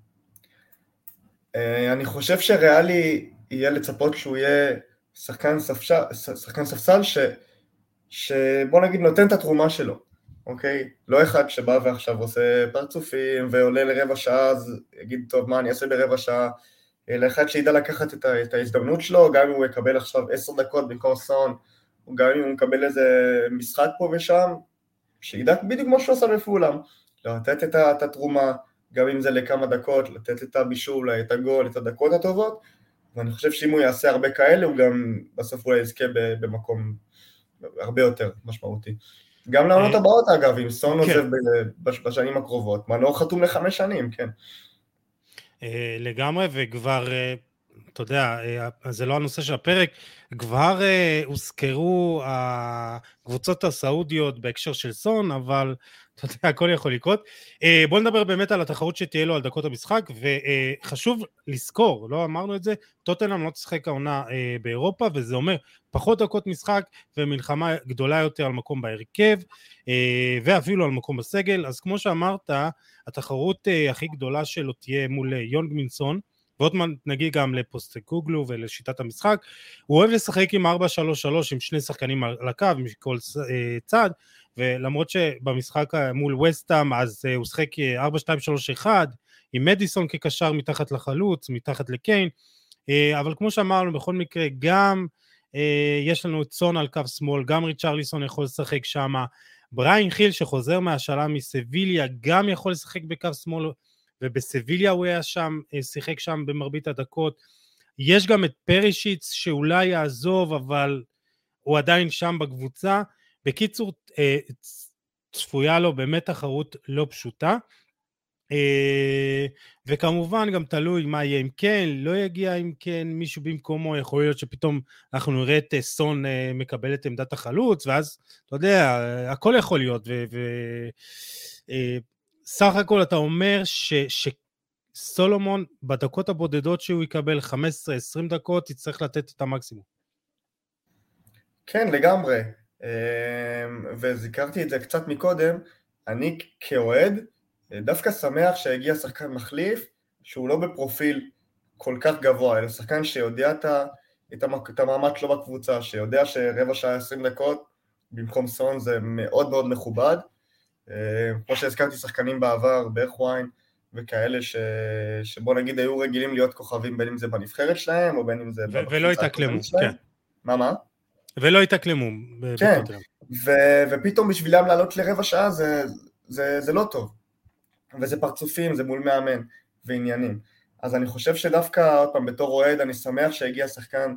אני חושב שריאלי יהיה לצפות שהוא יהיה שחקן ספסל שבוא נגיד נותן את התרומה שלו, אוקיי? לא אחד שבא ועכשיו עושה פרצופים ועולה לרבע שעה, אז יגיד טוב מה אני אעשה ברבע שעה, אלא אחד שידע לקחת את ההזדמנות שלו, גם אם הוא יקבל עכשיו 10 דקות במקום סון, או גם אם הוא מקבל איזה משחק פה ושם, שידע בדיוק כמו שהוא עושה בפולהאם, לתת את התרומה, גם אם זה לכמה דקות, לתת את הבישול, את הגול, את הדקות הטובות, ואני חושב שאם הוא יעשה הרבה כאלה, הוא גם בסוף אולי יזכה במקום הרבה יותר משמעותי. גם לעונות הבאות אגב, אם סון עוזב בשנים הקרובות, מנור חתום ל5 שנים, כן. לגמרי, וכבר, אתה יודע, זה לא הנושא של הפרק, כבר הוזכרו הקבוצות הסעודיות בהקשר של סון, אבל אתה יודע, הכל יכול לקרות. בואו נדבר באמת על התחרות שתהיה לו על דקות המשחק, וחשוב לזכור, לא אמרנו את זה, טוטנהאם לא תשחק העונה באירופה, וזה אומר פחות דקות משחק, ומלחמה גדולה יותר על מקום בהרכב, ואפילו על מקום בסגל. אז כמו שאמרת, התחרות הכי גדולה שלו תהיה מול יונג מינסון, ועוד נגיד גם לפוסטקוגלו ולשיטת המשחק. הוא אוהב לשחק עם 4-3-3 עם שני שחקנים על הקו מכל צד, ולמרות שבמשחק מול וסטהאם אז הוא שחק 4-2-3-1, עם מדיסון כקשר מתחת לחלוץ, מתחת לקיין, אבל כמו שאמרנו, בכל מקרה, גם יש לנו את סון על קו שמאל, גם ריצ'רליסון יכול לשחק שם, בריין חיל שחוזר מהשאלה מסביליה, גם יכול לשחק בקו שמאל, ובסביליה הוא היה שם, שיחק שם במרבית הדקות, יש גם את פרישיץ שאולי יעזוב, אבל הוא עדיין שם בקבוצה, בקיצור, צפויה לו באמת תחרות לא פשוטה, וכמובן גם תלוי מה יהיה אם כן, לא יגיע אם כן מישהו במקומו, יכול להיות שפתאום אנחנו נראה את סון מקבל את עמדת החלוץ, ואז אתה יודע, הכל יכול להיות, סך הכל אתה אומר שסולומון בדקות הבודדות שהוא יקבל 15-20 דקות, יצטרך לתת את המקסימום. כן, לגמרי, וזכרתי את זה קצת מקודם, אני כאוהד, דווקא שמח שהגיע שחקן מחליף, שהוא לא בפרופיל כל כך גבוה, אלא שחקן שיודע את המעמד שלו בקבוצה, שיודע שרבע שעה 20 דקות, במקום סון זה מאוד מאוד מכובד, כמו שהזכרתי שחקנים בעבר, ברכווין וכאלה שבוא נגיד היו רגילים להיות כוכבים, בין אם זה בנבחרת שלהם, או בין אם זה ולא התאקלמו, כן. מה? ולא התאקלמו. כן, ופתאום בשבילם לעלות לרבע שעה זה לא טוב. וזה פרצופים, זה מול מאמן ועניינים. אז אני חושב שדווקא, עוד פעם, בתור אוהד, אני שמח שהגיע שחקן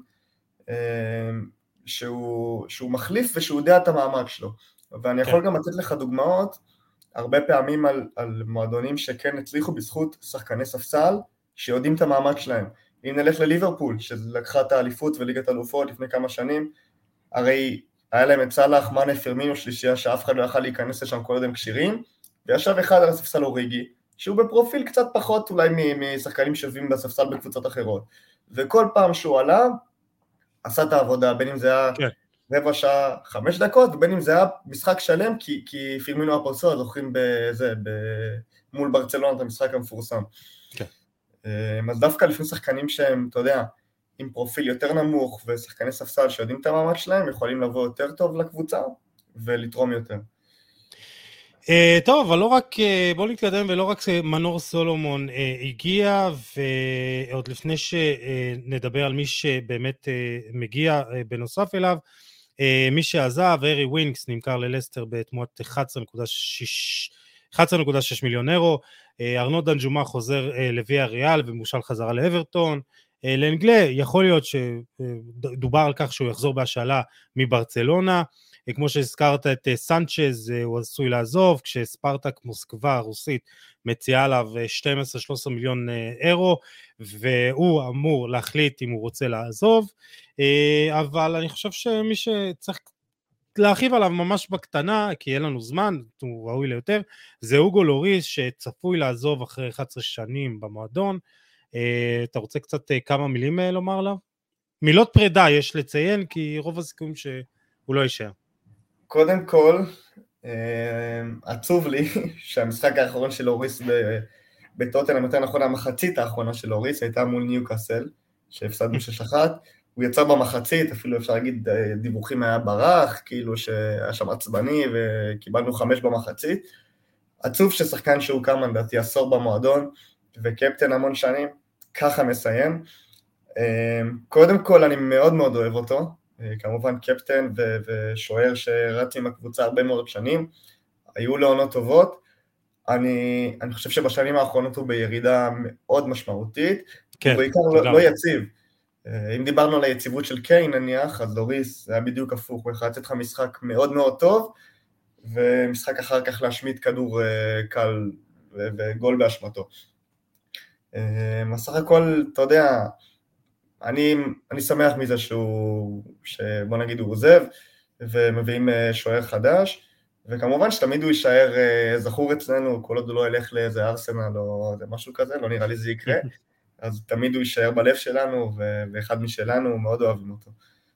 שהוא מחליף ושהוא יודע את המעמד שלו. ואני יכול גם לתת לך דוגמאות, הרבה פעמים על מועדונים שכן הצליחו בזכות שחקני ספסל, שיודעים את המעמד שלהם. אם נלך לליברפול, שלקחה את האליפות וליגת אלופות לפני כמה שנים, הרי היה להם את סלאח, מאנה, פירמינו, שלישייה, שאף אחד לא יכל להיכנס לשם כל עוד הם כשירים, וישב אחד על הספסל אוריגי, שהוא בפרופיל קצת פחות אולי משחקנים שווים בספסל בקבוצות אחרות. וכל פעם שהוא עלה, עשה את העבודה, בין אם זה היה רבע שעה 5 דקות, ובין אם זה היה משחק שלם, כי פירמינו הפרסו, זוכרים מול ברצלונה את המשחק המפורסם. אז דווקא לפני שחקנים שהם, אתה יודע, עם פרופיל יותר נמוך, ושחקני ספסל שיודעים את המעמד שלהם, יכולים לבוא יותר טוב לקבוצה, ולתרום יותר. טוב, אבל לא רק, בואו נתקדם, ולא רק מנור סולומון הגיע, ועוד לפני שנדבר על מי שבאמת מגיע בנוסף אליו, מי שעזב, ארי ווינקס, נמכר ללסטר בתמורת 11.6 מיליון אירו, ארנו דנג'ומה חוזר לוויה ריאל, ומושל חזרה לאברטון, לאנגלה, יכול להיות שדובר על כך שהוא יחזור בהשאלה מברצלונה, כמו שהזכרת את סנצ'ז, הוא עשוי לעזוב, כשספרטק מוסקבה הרוסית מציעה עליו 12-13 מיליון אירו, והוא אמור להחליט אם הוא רוצה לעזוב, אבל אני חושב שמי שצריך להרחיב עליו ממש בקטנה, כי אין לנו זמן, הוא ראוי ליותר, זה אוגו לוריס שצפוי לעזוב אחרי 11 שנים במועדון. אתה רוצה קצת כמה מילים לומר עליו? מילות פרידה יש לציין, כי רוב הסיכויים שהוא לא יישאר. קודם כל, עצוב לי שהמשחק האחרון של אוריס בטוטנהאם, יותר נכון המחצית האחרונה של אוריס, הייתה מול ניוקאסל, שהפסדנו 6-1, הוא יצא במחצית, אפילו אפשר להגיד דיווחים היה ברח, כאילו שהיה שם עצבני וקיבלנו 5 במחצית, עצוב ששחקן שהוא כמה לדעתי עשור במועדון, וקפטן המון שנים, ככה מסיים. קודם כל אני מאוד מאוד אוהב אותו, כמובן קפטן ושוער שרץ עם הקבוצה הרבה מאוד שנים, היו לו עונות טובות, אני חושב שבשנים האחרונות הוא בירידה מאוד משמעותית, כן, הוא בעיקר לא יציב. אם דיברנו על היציבות של קיין נניח, אז לוריס זה היה בדיוק הפוך, הוא יכול לצאת לך משחק מאוד מאוד טוב, ומשחק אחר כך להשמיט כדור קל וגול באשמתו. בסך הכל, אתה יודע, אני שמח מזה שבוא נגיד הוא עוזב, ומביאים שוער חדש, וכמובן שתמיד הוא יישאר זכור אצלנו, כל עוד הוא לא ילך לאיזה ארסנל או משהו כזה, לא נראה לי זה יקרה, אז תמיד הוא יישאר בלב שלנו, ואחד משלנו, מאוד אוהבים אותו.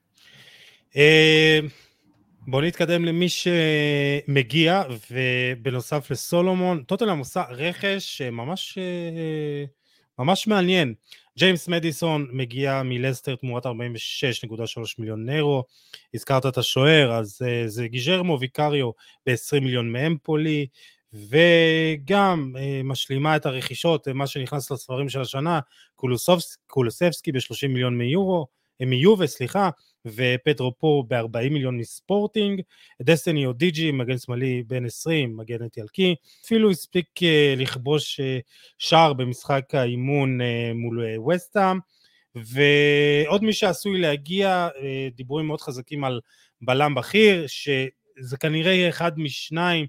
בואו נתקדם למי שמגיע, ובנוסף לסולומון, טוטנהאם עושה רכש ממש מעניין. ג'יימס מדיסון מגיע מלסטר תמורת 46.3 מיליון אירו, הזכרת את השוער, אז זה גיז'רמו ויקריו ב-20 מיליון מאמפולי, וגם משלימה את הרכישות, מה שנכנס לספרים של השנה, קולוסבסקי ב-30 מיליון מיובה, ופטרו פור ב-40 מיליון מספורטינג, דסטיני אודיג'י, מגן שמאלי בן 20, מגן איטלקי, אפילו הספיק לכבוש שער במשחק האימון מול וסטהאם, ועוד מי שעשוי להגיע, דיבורים מאוד חזקים על בלם בכיר, שזה כנראה אחד משניים,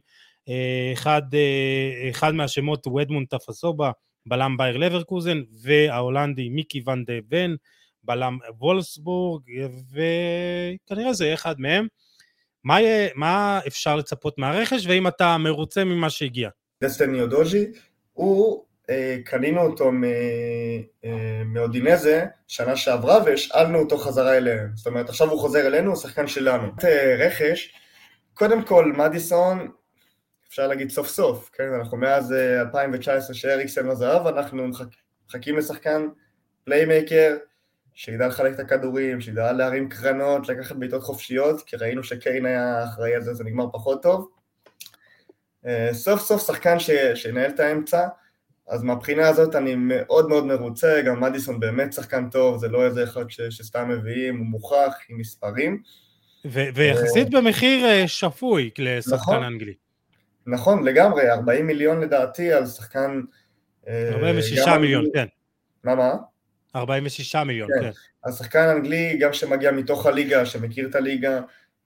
אחד מהשמות הוא אדמונד טפסובה, בלם בייר לברקוזן, וההולנדי מיקי ון דה ון, בלם וולסבורג, וכנראה זה אחד מהם. מה אפשר לצפות מהרכש, ואם אתה מרוצה ממה שהגיע? דסטיני אודוג'י, הוא קנינו אותו מאודינזה שנה שעברה, והשאלנו אותו חזרה אלינו. זאת אומרת, עכשיו הוא חוזר אלינו, הוא שחקן שלנו. רכש, קודם כל, מדיסון, אפשר להגיד סוף סוף, כן? אנחנו מאז 2019 שאריקסן לא זהב, אנחנו מחכים לשחקן פליימייקר, שידע לחלק את הכדורים, שידע להרים קרנות, לקחת בעיטות חופשיות, כי ראינו שקיין היה אחראי על זה, זה נגמר פחות טוב. סוף סוף שחקן שינהל את האמצע, אז מהבחינה הזאת אני מאוד מאוד מרוצה, גם מדיסון באמת שחקן טוב, זה לא איזה אחד שסתם מביאים, הוא מוכח עם מספרים. ויחסית במחיר שפוי לשחקן אנגלי. נכון, לגמרי, 40 מיליון לדעתי על שחקן... 46 מיליון, כן. מה? 46 מיליון, כן. אז שחקן אנגלי, גם שמגיע מתוך הליגה, שמכיר את הליגה,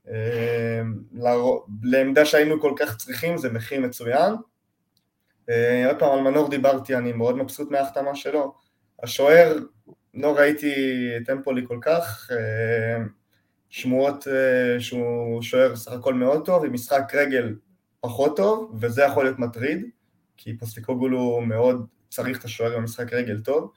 לעמדה שהיינו כל כך צריכים, זה מחיר מצוין. עוד פעם, על מנור דיברתי, אני מאוד מבסוט מההחתמה שלו. השוער, לא ראיתי את אמפולי כל כך, שמועות שהוא שוער סך הכל מאוד טוב, עם משחק רגל פחות טוב, וזה יכול להיות מטריד, כי פוסטקוגלו מאוד צריך את השוער במשחק רגל טוב.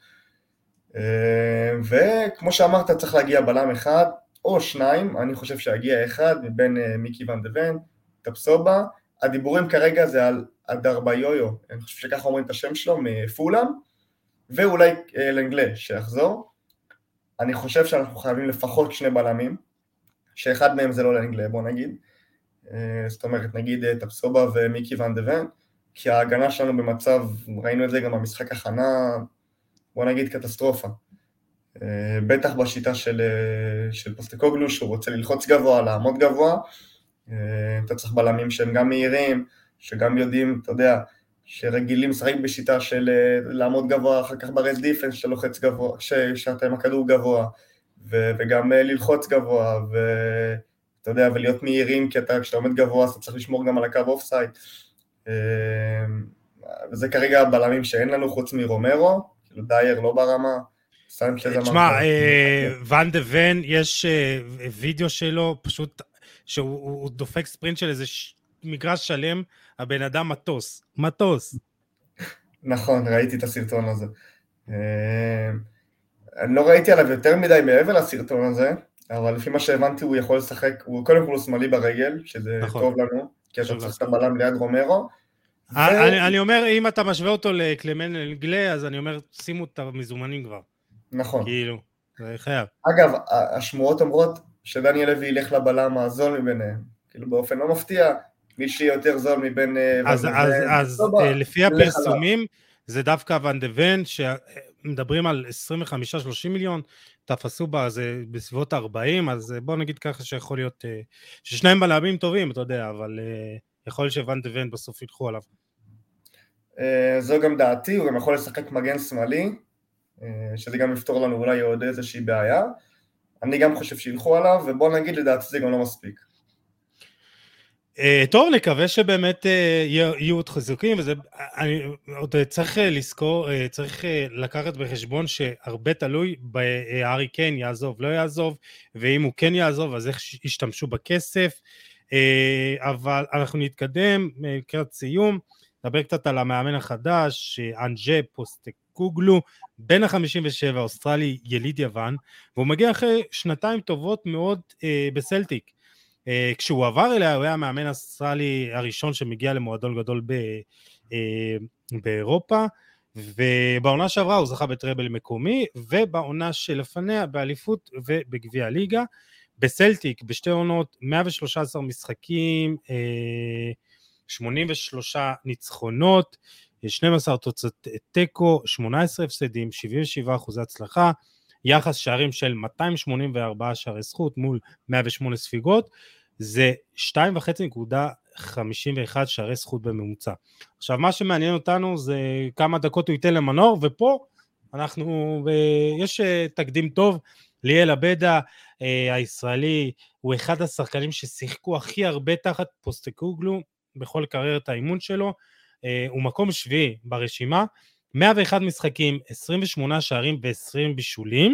וכמו שאמרת, צריך להגיע בלם אחד או שניים, אני חושב שהגיע אחד מבין מיקי ון דה ון, טפסובה. הדיבורים כרגע זה על אדרביויו, אני חושב שככה אומרים את השם שלו, מפולאם, ואולי לנגלה שיחזור. אני חושב שאנחנו חייבים לפחות שני בלמים, שאחד מהם זה לא לנגלה, בוא נגיד. זאת אומרת, נגיד טפסובה ומיקי ון דה ון, כי ההגנה שלנו במצב, ראינו את זה גם במשחק הכנה, בוא נגיד קטסטרופה. בטח בשיטה של פוסטקוגלו, שהוא רוצה ללחוץ גבוה, לעמוד גבוה, אתה צריך בלמים שהם גם מהירים, שגם יודעים, אתה יודע, שרגילים לשחק בשיטה של לעמוד גבוה, אחר כך ברז דיפנס שלוחץ גבוה, שאתה עם הכדור גבוה, וגם ללחוץ גבוה, ואתה יודע, ולהיות מהירים, כי כשאתה עומד גבוה, אז אתה צריך לשמור גם על הקו אופסייד. וזה כרגע הבלמים שאין לנו חוץ מרומרו, כאילו דייר לא ברמה, תשמע, ון דה ון, יש וידאו שלו, פשוט שהוא דופק ספרינט של איזה מגרש שלם, הבן אדם מטוס. נכון, ראיתי את הסרטון הזה. אני לא ראיתי עליו יותר מדי מעבר לסרטון הזה, אבל לפי מה שהבנתי הוא יכול לשחק, הוא קודם כל הוא שמאלי ברגל, שזה טוב לנו, כי אתה צריך את הבלם ליד רומרו. אני אומר, אם אתה משווה אותו לקלמן לנגלה, אז אני אומר, שימו את המזומנים כבר. נכון. כאילו, זה חייב. אגב, השמועות אומרות שדניאל לוי ילך לבלם הזול מביניהם. כאילו באופן לא מפתיע, מי שיהיה יותר זול מבין... אז לפי הפרסומים, זה דווקא ון דה ון, שמדברים על 25-30 מיליון, תפסו בה, זה בסביבות 40, אז בואו נגיד ככה שיכול להיות, ששניים בלמים טובים, אתה יודע, אבל יכול להיות שוון דה ון בסוף ילכו עליו. זו גם דעתי, הוא גם יכול לשחק מגן שמאלי, שזה גם יפתור לנו אולי עוד איזושהי בעיה. אני גם חושב שילכו עליו, ובוא נגיד לדעתי זה גם לא מספיק. טוב, נקווה שבאמת יהיו עוד חיזוקים, וזה, אני עוד צריך לזכור, צריך לקחת בחשבון שהרבה תלוי בהארי קיין יעזוב, לא יעזוב, ואם הוא כן יעזוב, אז איך ישתמשו בכסף, אבל אנחנו נתקדם, לקראת סיום, נדבר קצת על המאמן החדש, אנג'ה פוסטקוגלו, בן ה-57, אוסטרלי יליד יוון, והוא מגיע אחרי שנתיים טובות מאוד בסלטיק. כשהוא עבר אליה, הוא היה המאמן האוסטרלי הראשון שמגיע למועדון גדול באירופה, ובעונה שעברה הוא זכה בטראבל מקומי, ובעונה שלפניה באליפות ובגביע הליגה. בסלטיק, בשתי עונות, 113 משחקים, 83 ניצחונות, 12 תוצאות תיקו, 18 הפסדים, 77% הצלחה, יחס שערים של 284 שערי זכות מול 108 ספיגות, זה 2.5.51 שערי זכות בממוצע. עכשיו מה שמעניין אותנו זה כמה דקות הוא ייתן למנור, ופה יש תקדים טוב, ליאל עבדה הישראלי הוא אחד השחקנים ששיחקו הכי הרבה תחת פוסטקוגלו בכל קריירת האימון שלו, הוא מקום שביעי ברשימה, 101 משחקים, 28 שערים ו20 בישולים,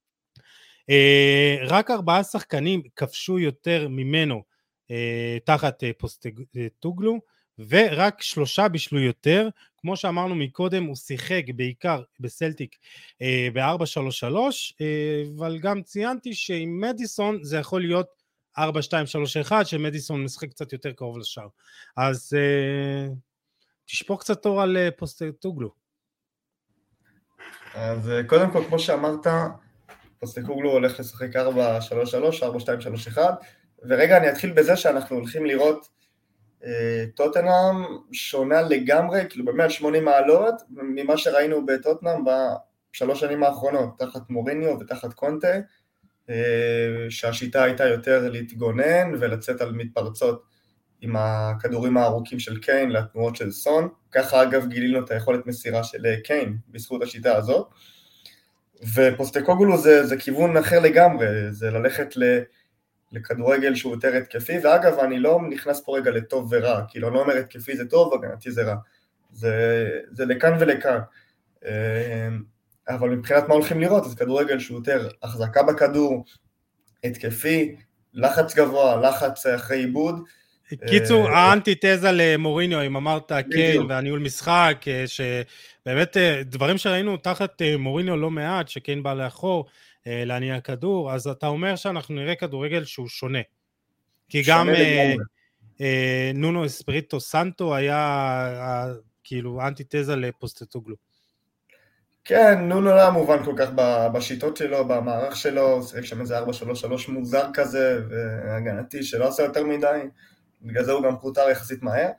רק 4 שחקנים כבשו יותר ממנו תחת פוסטקוגלו, ורק 3 בישלו יותר, כמו שאמרנו מקודם, הוא שיחק בעיקר בסלטיק ב-4-3-3, אבל גם ציינתי שעם מדיסון זה יכול להיות 4-2-3-1, שמדיסון משחק קצת יותר קרוב לשער. אז תשפוך קצת אור על פוסטקוגלו. אז קודם כל, כמו שאמרת, פוסטקוגלו הולך לשחק 4-3-3, 4-2-3-1, ורגע אני אתחיל בזה שאנחנו הולכים לראות טוטנהאם שונה לגמרי, כאילו ב-180 מעלות, ממה שראינו בטוטנהאם בשלוש שנים האחרונות, תחת מוריניו ותחת קונטה, שהשיטה הייתה יותר להתגונן ולצאת על מתפרצות עם הכדורים הארוכים של קיין לתנועות של סון, ככה אגב גילינו את היכולת מסירה של קיין בזכות השיטה הזאת, ופוסטקוגלו זה כיוון אחר לגמרי, זה ללכת לכדורגל שהוא יותר התקפי, ואגב אני לא נכנס פה רגע לטוב ורע, כאילו אני לא אומר התקפי זה טוב, הגנתי זה רע, זה לכאן ולכאן, אבל מבחינת מה הולכים לראות, אז כדורגל שהוא יותר החזקה בכדור, התקפי, לחץ גבוה, לחץ אחרי עיבוד. קיצור, האנטיתזה למוריניו, אם אמרת קיין והניהול משחק, שבאמת דברים שראינו תחת מוריניו לא מעט, שקיין בא לאחור, להניע כדור, אז אתה אומר שאנחנו נראה כדורגל שהוא שונה. כי גם נונו אספריטו סנטו היה כאילו אנטיתזה לפוסטקוגלו. כן, נונו לא מובן כל כך בשיטות שלו, במערך שלו, הוא שיחק שם איזה 4-3-3 מוזר כזה, והגנתי שלא עשה יותר מדי, בגלל זה הוא גם פוטר יחסית מהר.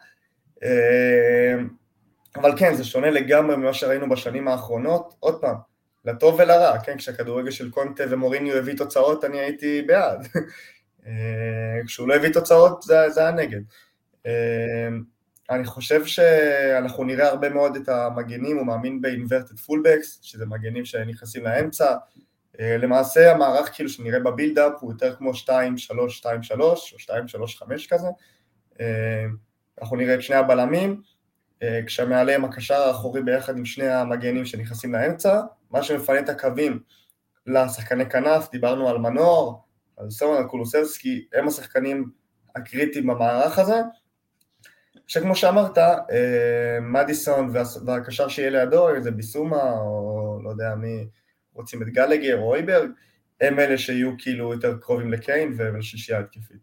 אבל כן, זה שונה לגמרי ממה שראינו בשנים האחרונות, עוד פעם, לטוב ולרע, כן, כשהכדורגל של קונטה ומוריניו הביא תוצאות, אני הייתי בעד. כשהוא לא הביא תוצאות, זה היה נגד. אני חושב שאנחנו נראה הרבה מאוד את המגנים, הוא מאמין ב-inverted fullbacks, שזה מגנים שנכנסים לאמצע. למעשה המערך כאילו שנראה בבילדאפ הוא יותר כמו 2-3-2-3 או 2-3-5 כזה. אנחנו נראה את שני הבלמים, כשמעליהם הקשר האחורי ביחד עם שני המגנים שנכנסים לאמצע, מה שמפנה את הקווים לשחקני כנף, דיברנו על מנור, על סון, על קולוסבסקי, הם השחקנים הקריטיים במערך הזה, שכמו שאמרת, מדיסון והקשר שיהיה לידו, איזה ביסומה, או לא יודע מי, רוצים את גלגר או אויברג, הם אלה שיהיו כאילו יותר קרובים לקיין ולשישייה התקפית.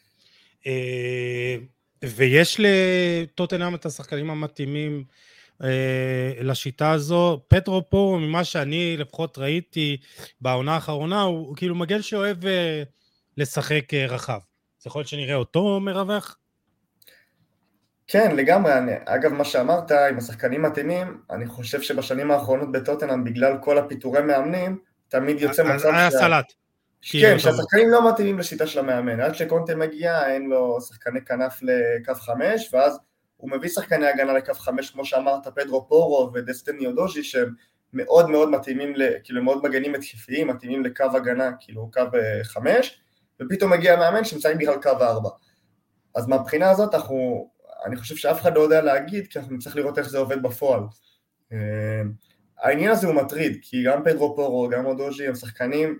ויש לטוטנהאם את השחקנים המתאימים לשיטה הזו. פדרו פורו, ממה שאני לפחות ראיתי בעונה האחרונה, הוא כאילו מגן שאוהב לשחק רחב. זה יכול להיות שנראה אותו מרווח? כן, לגמרי. אגב, מה שאמרת, עם השחקנים מתאימים, אני חושב שבשנים האחרונות בטוטנהאם, בגלל כל הפיטורי מאמנים, תמיד יוצא מצב היה סלט. כן, שהשחקנים לא מתאימים לשיטה של המאמן. עד שקונטה מגיע, אין לו שחקני כנף לקו 5, ואז הוא מביא שחקני הגנה לקו 5, כמו שאמרת, פדרו פורו ודסטני אודוז'י, שהם מאוד מאוד מתאימים, כאילו מאוד מגנים התקפיים, מתאימים לקו הגנה, כאילו קו 5, ופתאום מגיע המאמן שמצאים בכלל קו 4. אז מהבחינה הזאת, אני חושב שאף אחד לא יודע להגיד, כי אנחנו נצטרך לראות איך זה עובד בפועל. העניין הזה הוא מטריד, כי גם פדרו פורו, גם אודוז'י, הם שחקנים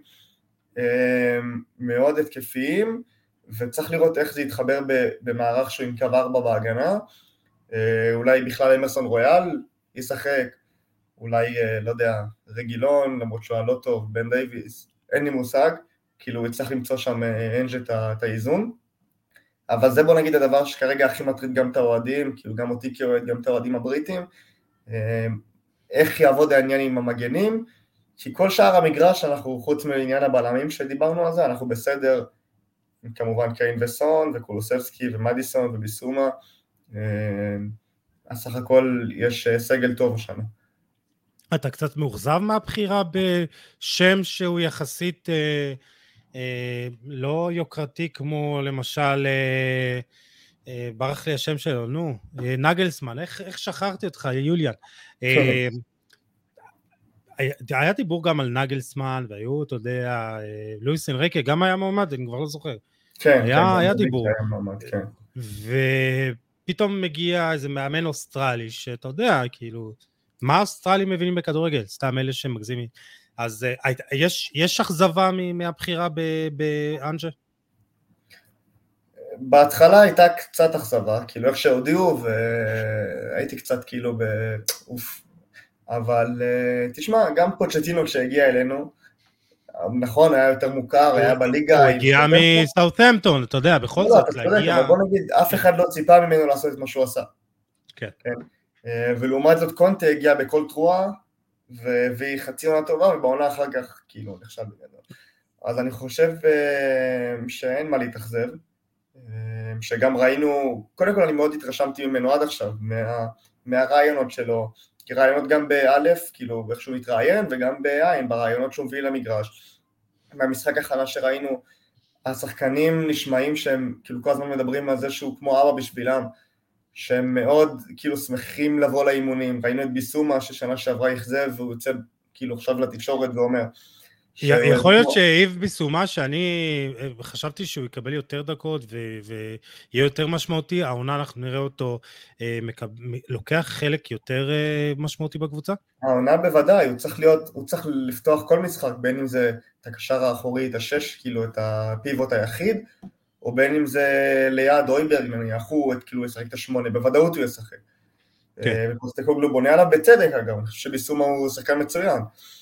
מאוד התקפיים, וצריך לראות איך זה יתחבר במערך שהוא עם קו 4 בהגנה. אולי בכלל אמרסון רויאל ישחק, אולי, לא יודע, רגילון, למרות שהוא לא טוב, בן דייביס, אין לי מושג, כאילו הוא יצטרך למצוא שם אנג' את האיזון. אבל זה בוא נגיד הדבר שכרגע הכי מטריד גם את האוהדים, כאילו גם אותי כאוהד, גם את האוהדים הבריטים, איך יעבוד העניין עם המגנים, כי כל שאר המגרש, אנחנו חוץ מעניין הבלמים שדיברנו על זה, אנחנו בסדר, כמובן קיין וסון, וקולוסבסקי ומדיסון וביסומה, אז סך הכל יש סגל טוב השנה. אתה קצת מאוכזב מהבחירה בשם שהוא יחסית לא יוקרתי כמו למשל, ברח לי השם שלו, נו, נגלסמן, איך שכחתי אותך, יוליאן? היה דיבור גם על נגלסמן, והיו, אתה יודע, לואיס אנריקה גם היה מועמד, אני כבר לא זוכר. כן, היה דיבור. היה מועמד, כן. ופתאום מגיע איזה מאמן אוסטרלי, שאתה יודע, כאילו, מה האוסטרלים מבינים בכדורגל? סתם אלה שמגזימים. אז יש אכזבה מהבחירה באנג'ה? בהתחלה הייתה קצת אכזבה, כאילו איך שהודיעו, והייתי קצת כאילו באוף. אבל תשמע, גם פוצ'טינו כשהגיע אלינו, נכון, היה יותר מוכר, היה בליגה. הוא הגיע מסאות'המפטון, אתה יודע, בכל זאת, להגיע. אבל בוא נגיד, אף אחד לא ציפה ממנו לעשות את מה שהוא עשה. כן. ולעומת זאת קונטה הגיע בכל תרועה, והיא חצי עונה טובה, ובעונה אחר כך כאילו נכשל בגדול. אז אני חושב שאין מה להתאכזב, שגם ראינו, קודם כל אני מאוד התרשמתי ממנו עד עכשיו, מהרעיונות שלו, כי רעיונות גם באלף, כאילו איך שהוא התראיין, וגם בעין, ברעיונות שהוא מביא למגרש. מהמשחק הכנה שראינו, השחקנים נשמעים שהם כאילו כל הזמן מדברים על זה שהוא כמו אבא בשבילם, שהם מאוד כאילו שמחים לבוא לאימונים. ראינו את ביסומה ששנה שעברה יחזב, והוא יוצא כאילו עכשיו לתקשורת ואומר, יכול להיות שהעיב ביסומה שאני חשבתי שהוא יקבל יותר דקות ויהיה יותר משמעותי, העונה אנחנו נראה אותו לוקח חלק יותר משמעותי בקבוצה? העונה בוודאי, הוא צריך לפתוח כל משחק, בין אם זה את הקשר האחורי, את השש, כאילו את הפיבוט היחיד, או בין אם זה ליד אויברג, נניח, הוא כאילו ישחק את השמונה, בוודאות הוא ישחק. ופוסטקוגלו בונה עליו בצדק אגב, אני חושב שביסומה הוא שחקן מצוין.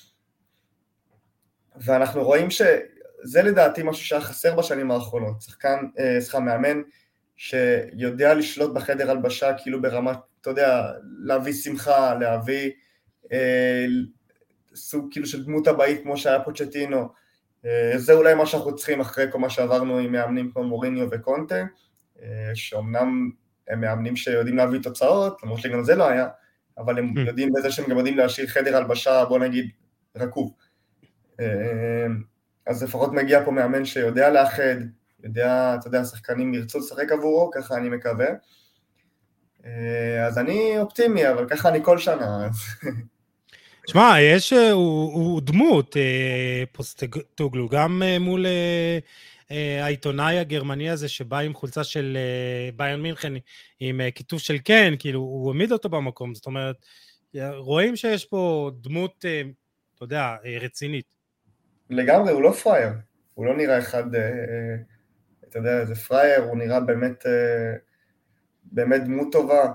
ואנחנו רואים שזה לדעתי משהו שהיה חסר בשנים האחרונות, מאמן שיודע לשלוט בחדר הלבשה כאילו ברמת, אתה יודע, להביא שמחה, להביא סוג כאילו של דמות הבית כמו שהיה פוצ'טינו, זה אולי מה שאנחנו צריכים אחרי כל מה שעברנו עם מאמנים כמו מוריניו וקונטה, שאומנם הם מאמנים שיודעים להביא תוצאות, למרות שגם זה לא היה, אבל הם יודעים בזה שהם גם יודעים להשאיר חדר הלבשה, בוא נגיד, רקוב. אז לפחות מגיע פה מאמן שיודע לאחד, יודע, אתה יודע, השחקנים ירצו לשחק עבורו, ככה אני מקווה. אז אני אופטימי, אבל ככה אני כל שנה. שמע, הוא דמות, פוסטקוגלו, גם מול העיתונאי הגרמני הזה שבא עם חולצה של ביירן מינכן, עם כיתוב של כן, כאילו הוא העמיד אותו במקום, זאת אומרת, רואים שיש פה דמות, אתה יודע, רצינית. לגמרי, הוא לא פרייר, הוא לא נראה אחד, אתה יודע, איזה פרייר, הוא נראה באמת דמות טובה.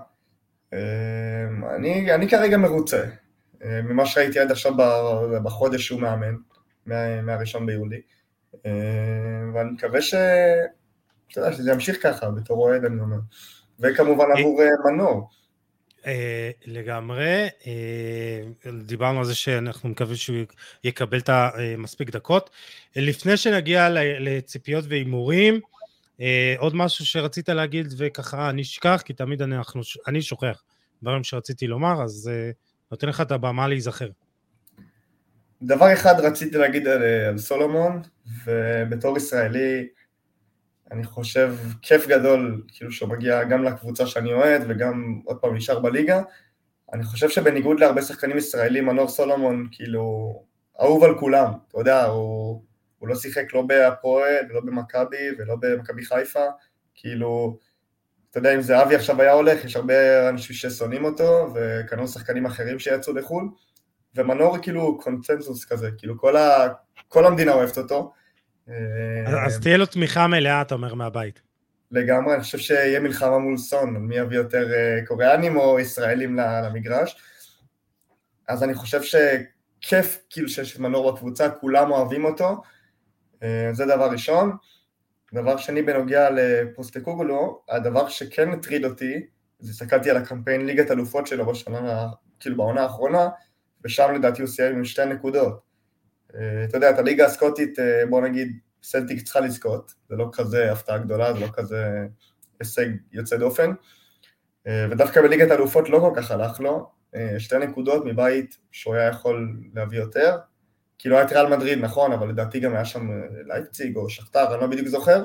אני כרגע מרוצה, ממה שראיתי עד עכשיו בחודש שהוא מאמן, מהראשון ביולי, ואני מקווה שזה ימשיך ככה, בתור אוהד אני אומר, וכמובן עבור מנור. לגמרי, דיברנו על זה שאנחנו מקווים שהוא יקבל את מספיק דקות. לפני שנגיע לציפיות ואימורים, עוד משהו שרצית להגיד וככה אני אשכח, כי תמיד אני שוכח דברים שרציתי לומר, אז נותן לך את הבמה להיזכר. דבר אחד רציתי להגיד על סולומון, ובתור ישראלי, אני חושב כיף גדול, כאילו שהוא מגיע גם לקבוצה שאני אוהד, וגם עוד פעם נשאר בליגה. אני חושב שבניגוד להרבה שחקנים ישראלים, מנור סולומון, כאילו, אהוב על כולם. אתה יודע, הוא לא שיחק לא בהפועל, ולא במכבי, ולא במכבי חיפה. כאילו, אתה יודע, אם זה אבי עכשיו היה הולך, יש הרבה אנשים ששונאים אותו, וכנראה שחקנים אחרים שיצאו לחו"ל, ומנור כאילו קונצנזוס כזה, כאילו כל המדינה אוהבת אותו. אז תהיה לו תמיכה מלאה, אתה אומר, מהבית. לגמרי, אני חושב שיהיה מלחמה מול סון, מי יביא יותר קוריאנים או ישראלים למגרש. אז אני חושב שכיף כאילו שיש מנור בקבוצה, כולם אוהבים אותו, זה דבר ראשון. דבר שני בנוגע לפוסטקוגלו, הדבר שכן מטריד אותי, זה הסתכלתי על הקמפיין ליגת אלופות שלו בשנה, כאילו בעונה האחרונה, ושם לדעתי הוא סיים עם 2 נקודות. אתה יודע, את הליגה הסקוטית, בוא נגיד, סלטיק צריכה לזכות, זה לא כזה הפתעה גדולה, זה לא כזה הישג יוצא דופן, ודווקא בליגת האלופות לא כל כך הלך לו, 2 נקודות מבית שהוא היה יכול להביא יותר, כאילו היה את ריאל מדריד, נכון, אבל לדעתי גם היה שם לייפציג או שכתר, אני לא בדיוק זוכר,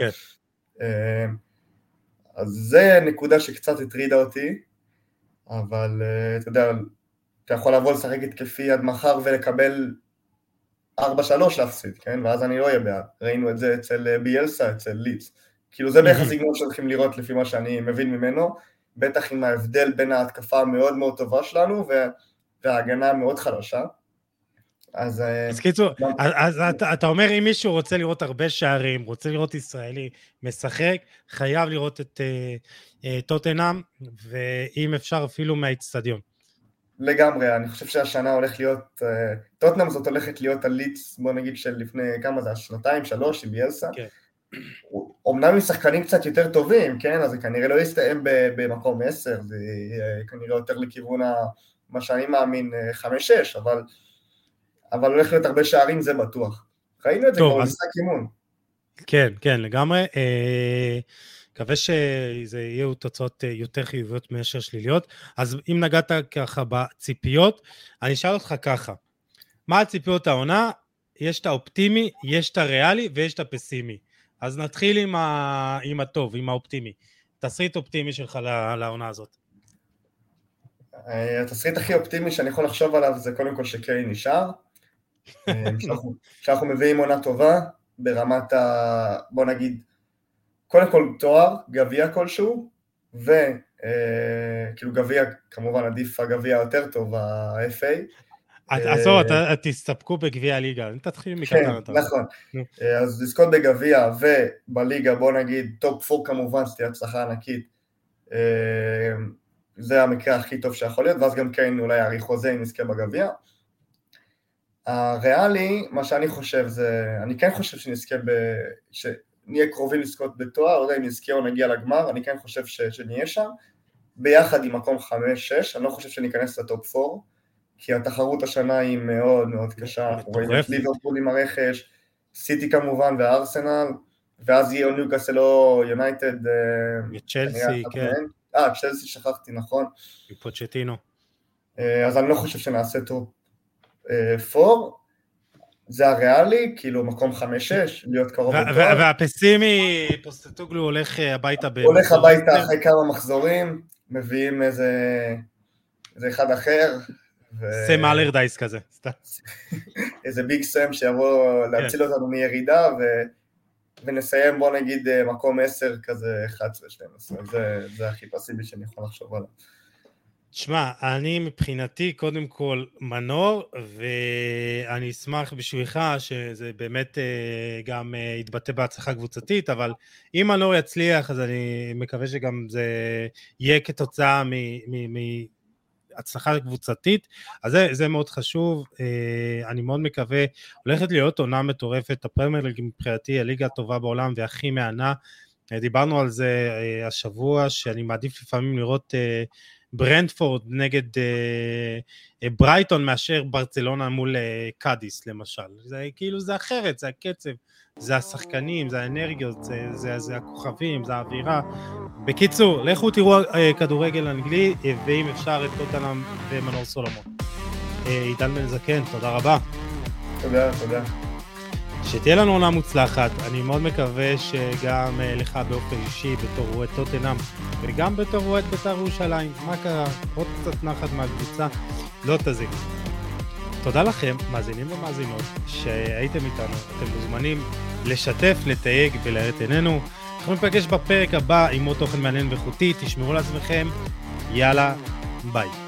אז זה נקודה שקצת הטרידה אותי, אבל אתה יודע, אתה יכול לבוא לשחק התקפי עד מחר ולקבל 4-3 להפסיד, כן? ואז אני לא אהיה בעד. ראינו את זה אצל ביאלסה, אצל ליץ. כאילו זה בערך הסגנון שהולכים לראות לפי מה שאני מבין ממנו, בטח עם ההבדל בין ההתקפה המאוד מאוד טובה שלנו וההגנה המאוד חלשה. אז קיצור, אז אתה אומר אם מישהו רוצה לראות הרבה שערים, רוצה לראות ישראלי משחק, חייב לראות את טוטנהאם, ואם אפשר אפילו מהאצטדיון. לגמרי, אני חושב שהשנה הולך להיות, טוטנהאם זאת הולכת להיות הליץ, בוא נגיד של לפני כמה זה, 2-3 עם ביאלסה. כן. אומנם עם שחקנים קצת יותר טובים, כן, אז זה כנראה לא יסתיים במקום 10, זה כנראה יותר לכיוון מה שאני מאמין 5-6, אבל הולך להיות הרבה שערים, זה בטוח. ראינו את זה כבר במשחק אימון. כן, כן, לגמרי. מקווה שזה יהיו תוצאות יותר חיוביות מאשר שליליות. אז אם נגעת ככה בציפיות, אני אשאל אותך ככה, מה הציפיות העונה? יש את האופטימי, יש את הריאלי ויש את הפסימי. אז נתחיל עם הטוב, עם האופטימי. תסריט אופטימי שלך לעונה הזאת. התסריט הכי אופטימי שאני יכול לחשוב עליו זה קודם כל שקיין נשאר. שאנחנו מביאים עונה טובה ברמת בוא נגיד, קודם כל תואר, גביע כלשהו, וכאילו גביע, כמובן עדיף הגביע יותר טוב, ה-FA. עזוב, תסתפקו בגביע הליגה, תתחיל מקטן. כן, נכון. אז לזכות בגביע ובליגה, בוא נגיד, טופ 4 כמובן, שתהיה הצלחה ענקית, זה המקרה הכי טוב שיכול להיות, ואז גם כן אולי יאריך חוזה אם נזכה בגביע. הריאלי, מה שאני חושב זה, אני כן חושב שנזכה שנהיה קרובים לזכות בתואר, לא יודע אם נזכה או נגיע לגמר, אני כן חושב שנהיה שם, ביחד עם מקום 5-6, אני לא חושב שניכנס לטופ 4, כי התחרות השנה היא מאוד מאוד קשה, רואים את ליברפול עם הרכש, סיטי כמובן והארסנל, ואז יהיה ניוקאסל או יונייטד, צ'לסי, כן. צ'לסי שכחתי, נכון. פוצ'טינו. אז אני לא חושב שנעשה טופ 4, זה הריאלי, כאילו מקום 5-6, להיות קרוב לתואר. והפסימי, פוסטטוגלו הולך הביתה. הולך הביתה אחרי כמה מחזורים, מביאים איזה אחד אחר. סם אלרדייס כזה. איזה ביג סם שיבוא להציל אותנו מירידה, ונסיים בוא נגיד מקום 10 כזה 11-12, זה הכי פסיבי שאני יכול לחשוב עליו. תשמע, אני מבחינתי קודם כל מנור, ואני אשמח בשבילך שזה באמת גם יתבטא בהצלחה קבוצתית, אבל אם מנור יצליח, אז אני מקווה שגם זה יהיה כתוצאה מהצלחה קבוצתית, אז זה מאוד חשוב, אני מאוד מקווה, הולכת להיות עונה מטורפת, הפרמייר ליג מבחינתי, הליגה הטובה בעולם והכי מענה, דיברנו על זה השבוע, שאני מעדיף לפעמים לראות ברנדפורד נגד ברייטון מאשר ברצלונה מול קאדיס למשל, זה כאילו זה אחרת, זה הקצב, זה השחקנים, זה האנרגיות, זה הכוכבים, זה האווירה. בקיצור, לכו תראו כדורגל אנגלי, ואם אפשר את טוטנהאם ומנור סולומון. עידן בן זקן, תודה רבה. תודה. שתהיה לנו עונה מוצלחת, אני מאוד מקווה שגם לך באופן אישי בתור אוהד טוטנהאם וגם בתור אוהד בית"ר ירושלים, מה קרה? עוד קצת נחת מהקבוצה, לא תזיק. תודה לכם, מאזינים ומאזינות, שהייתם איתנו, אתם מוזמנים לשתף, לתייג ולהאיר את עינינו. אנחנו נפגש בפרק הבא עם עוד תוכן מעניין ואיכותי, תשמרו לעצמכם, יאללה, ביי.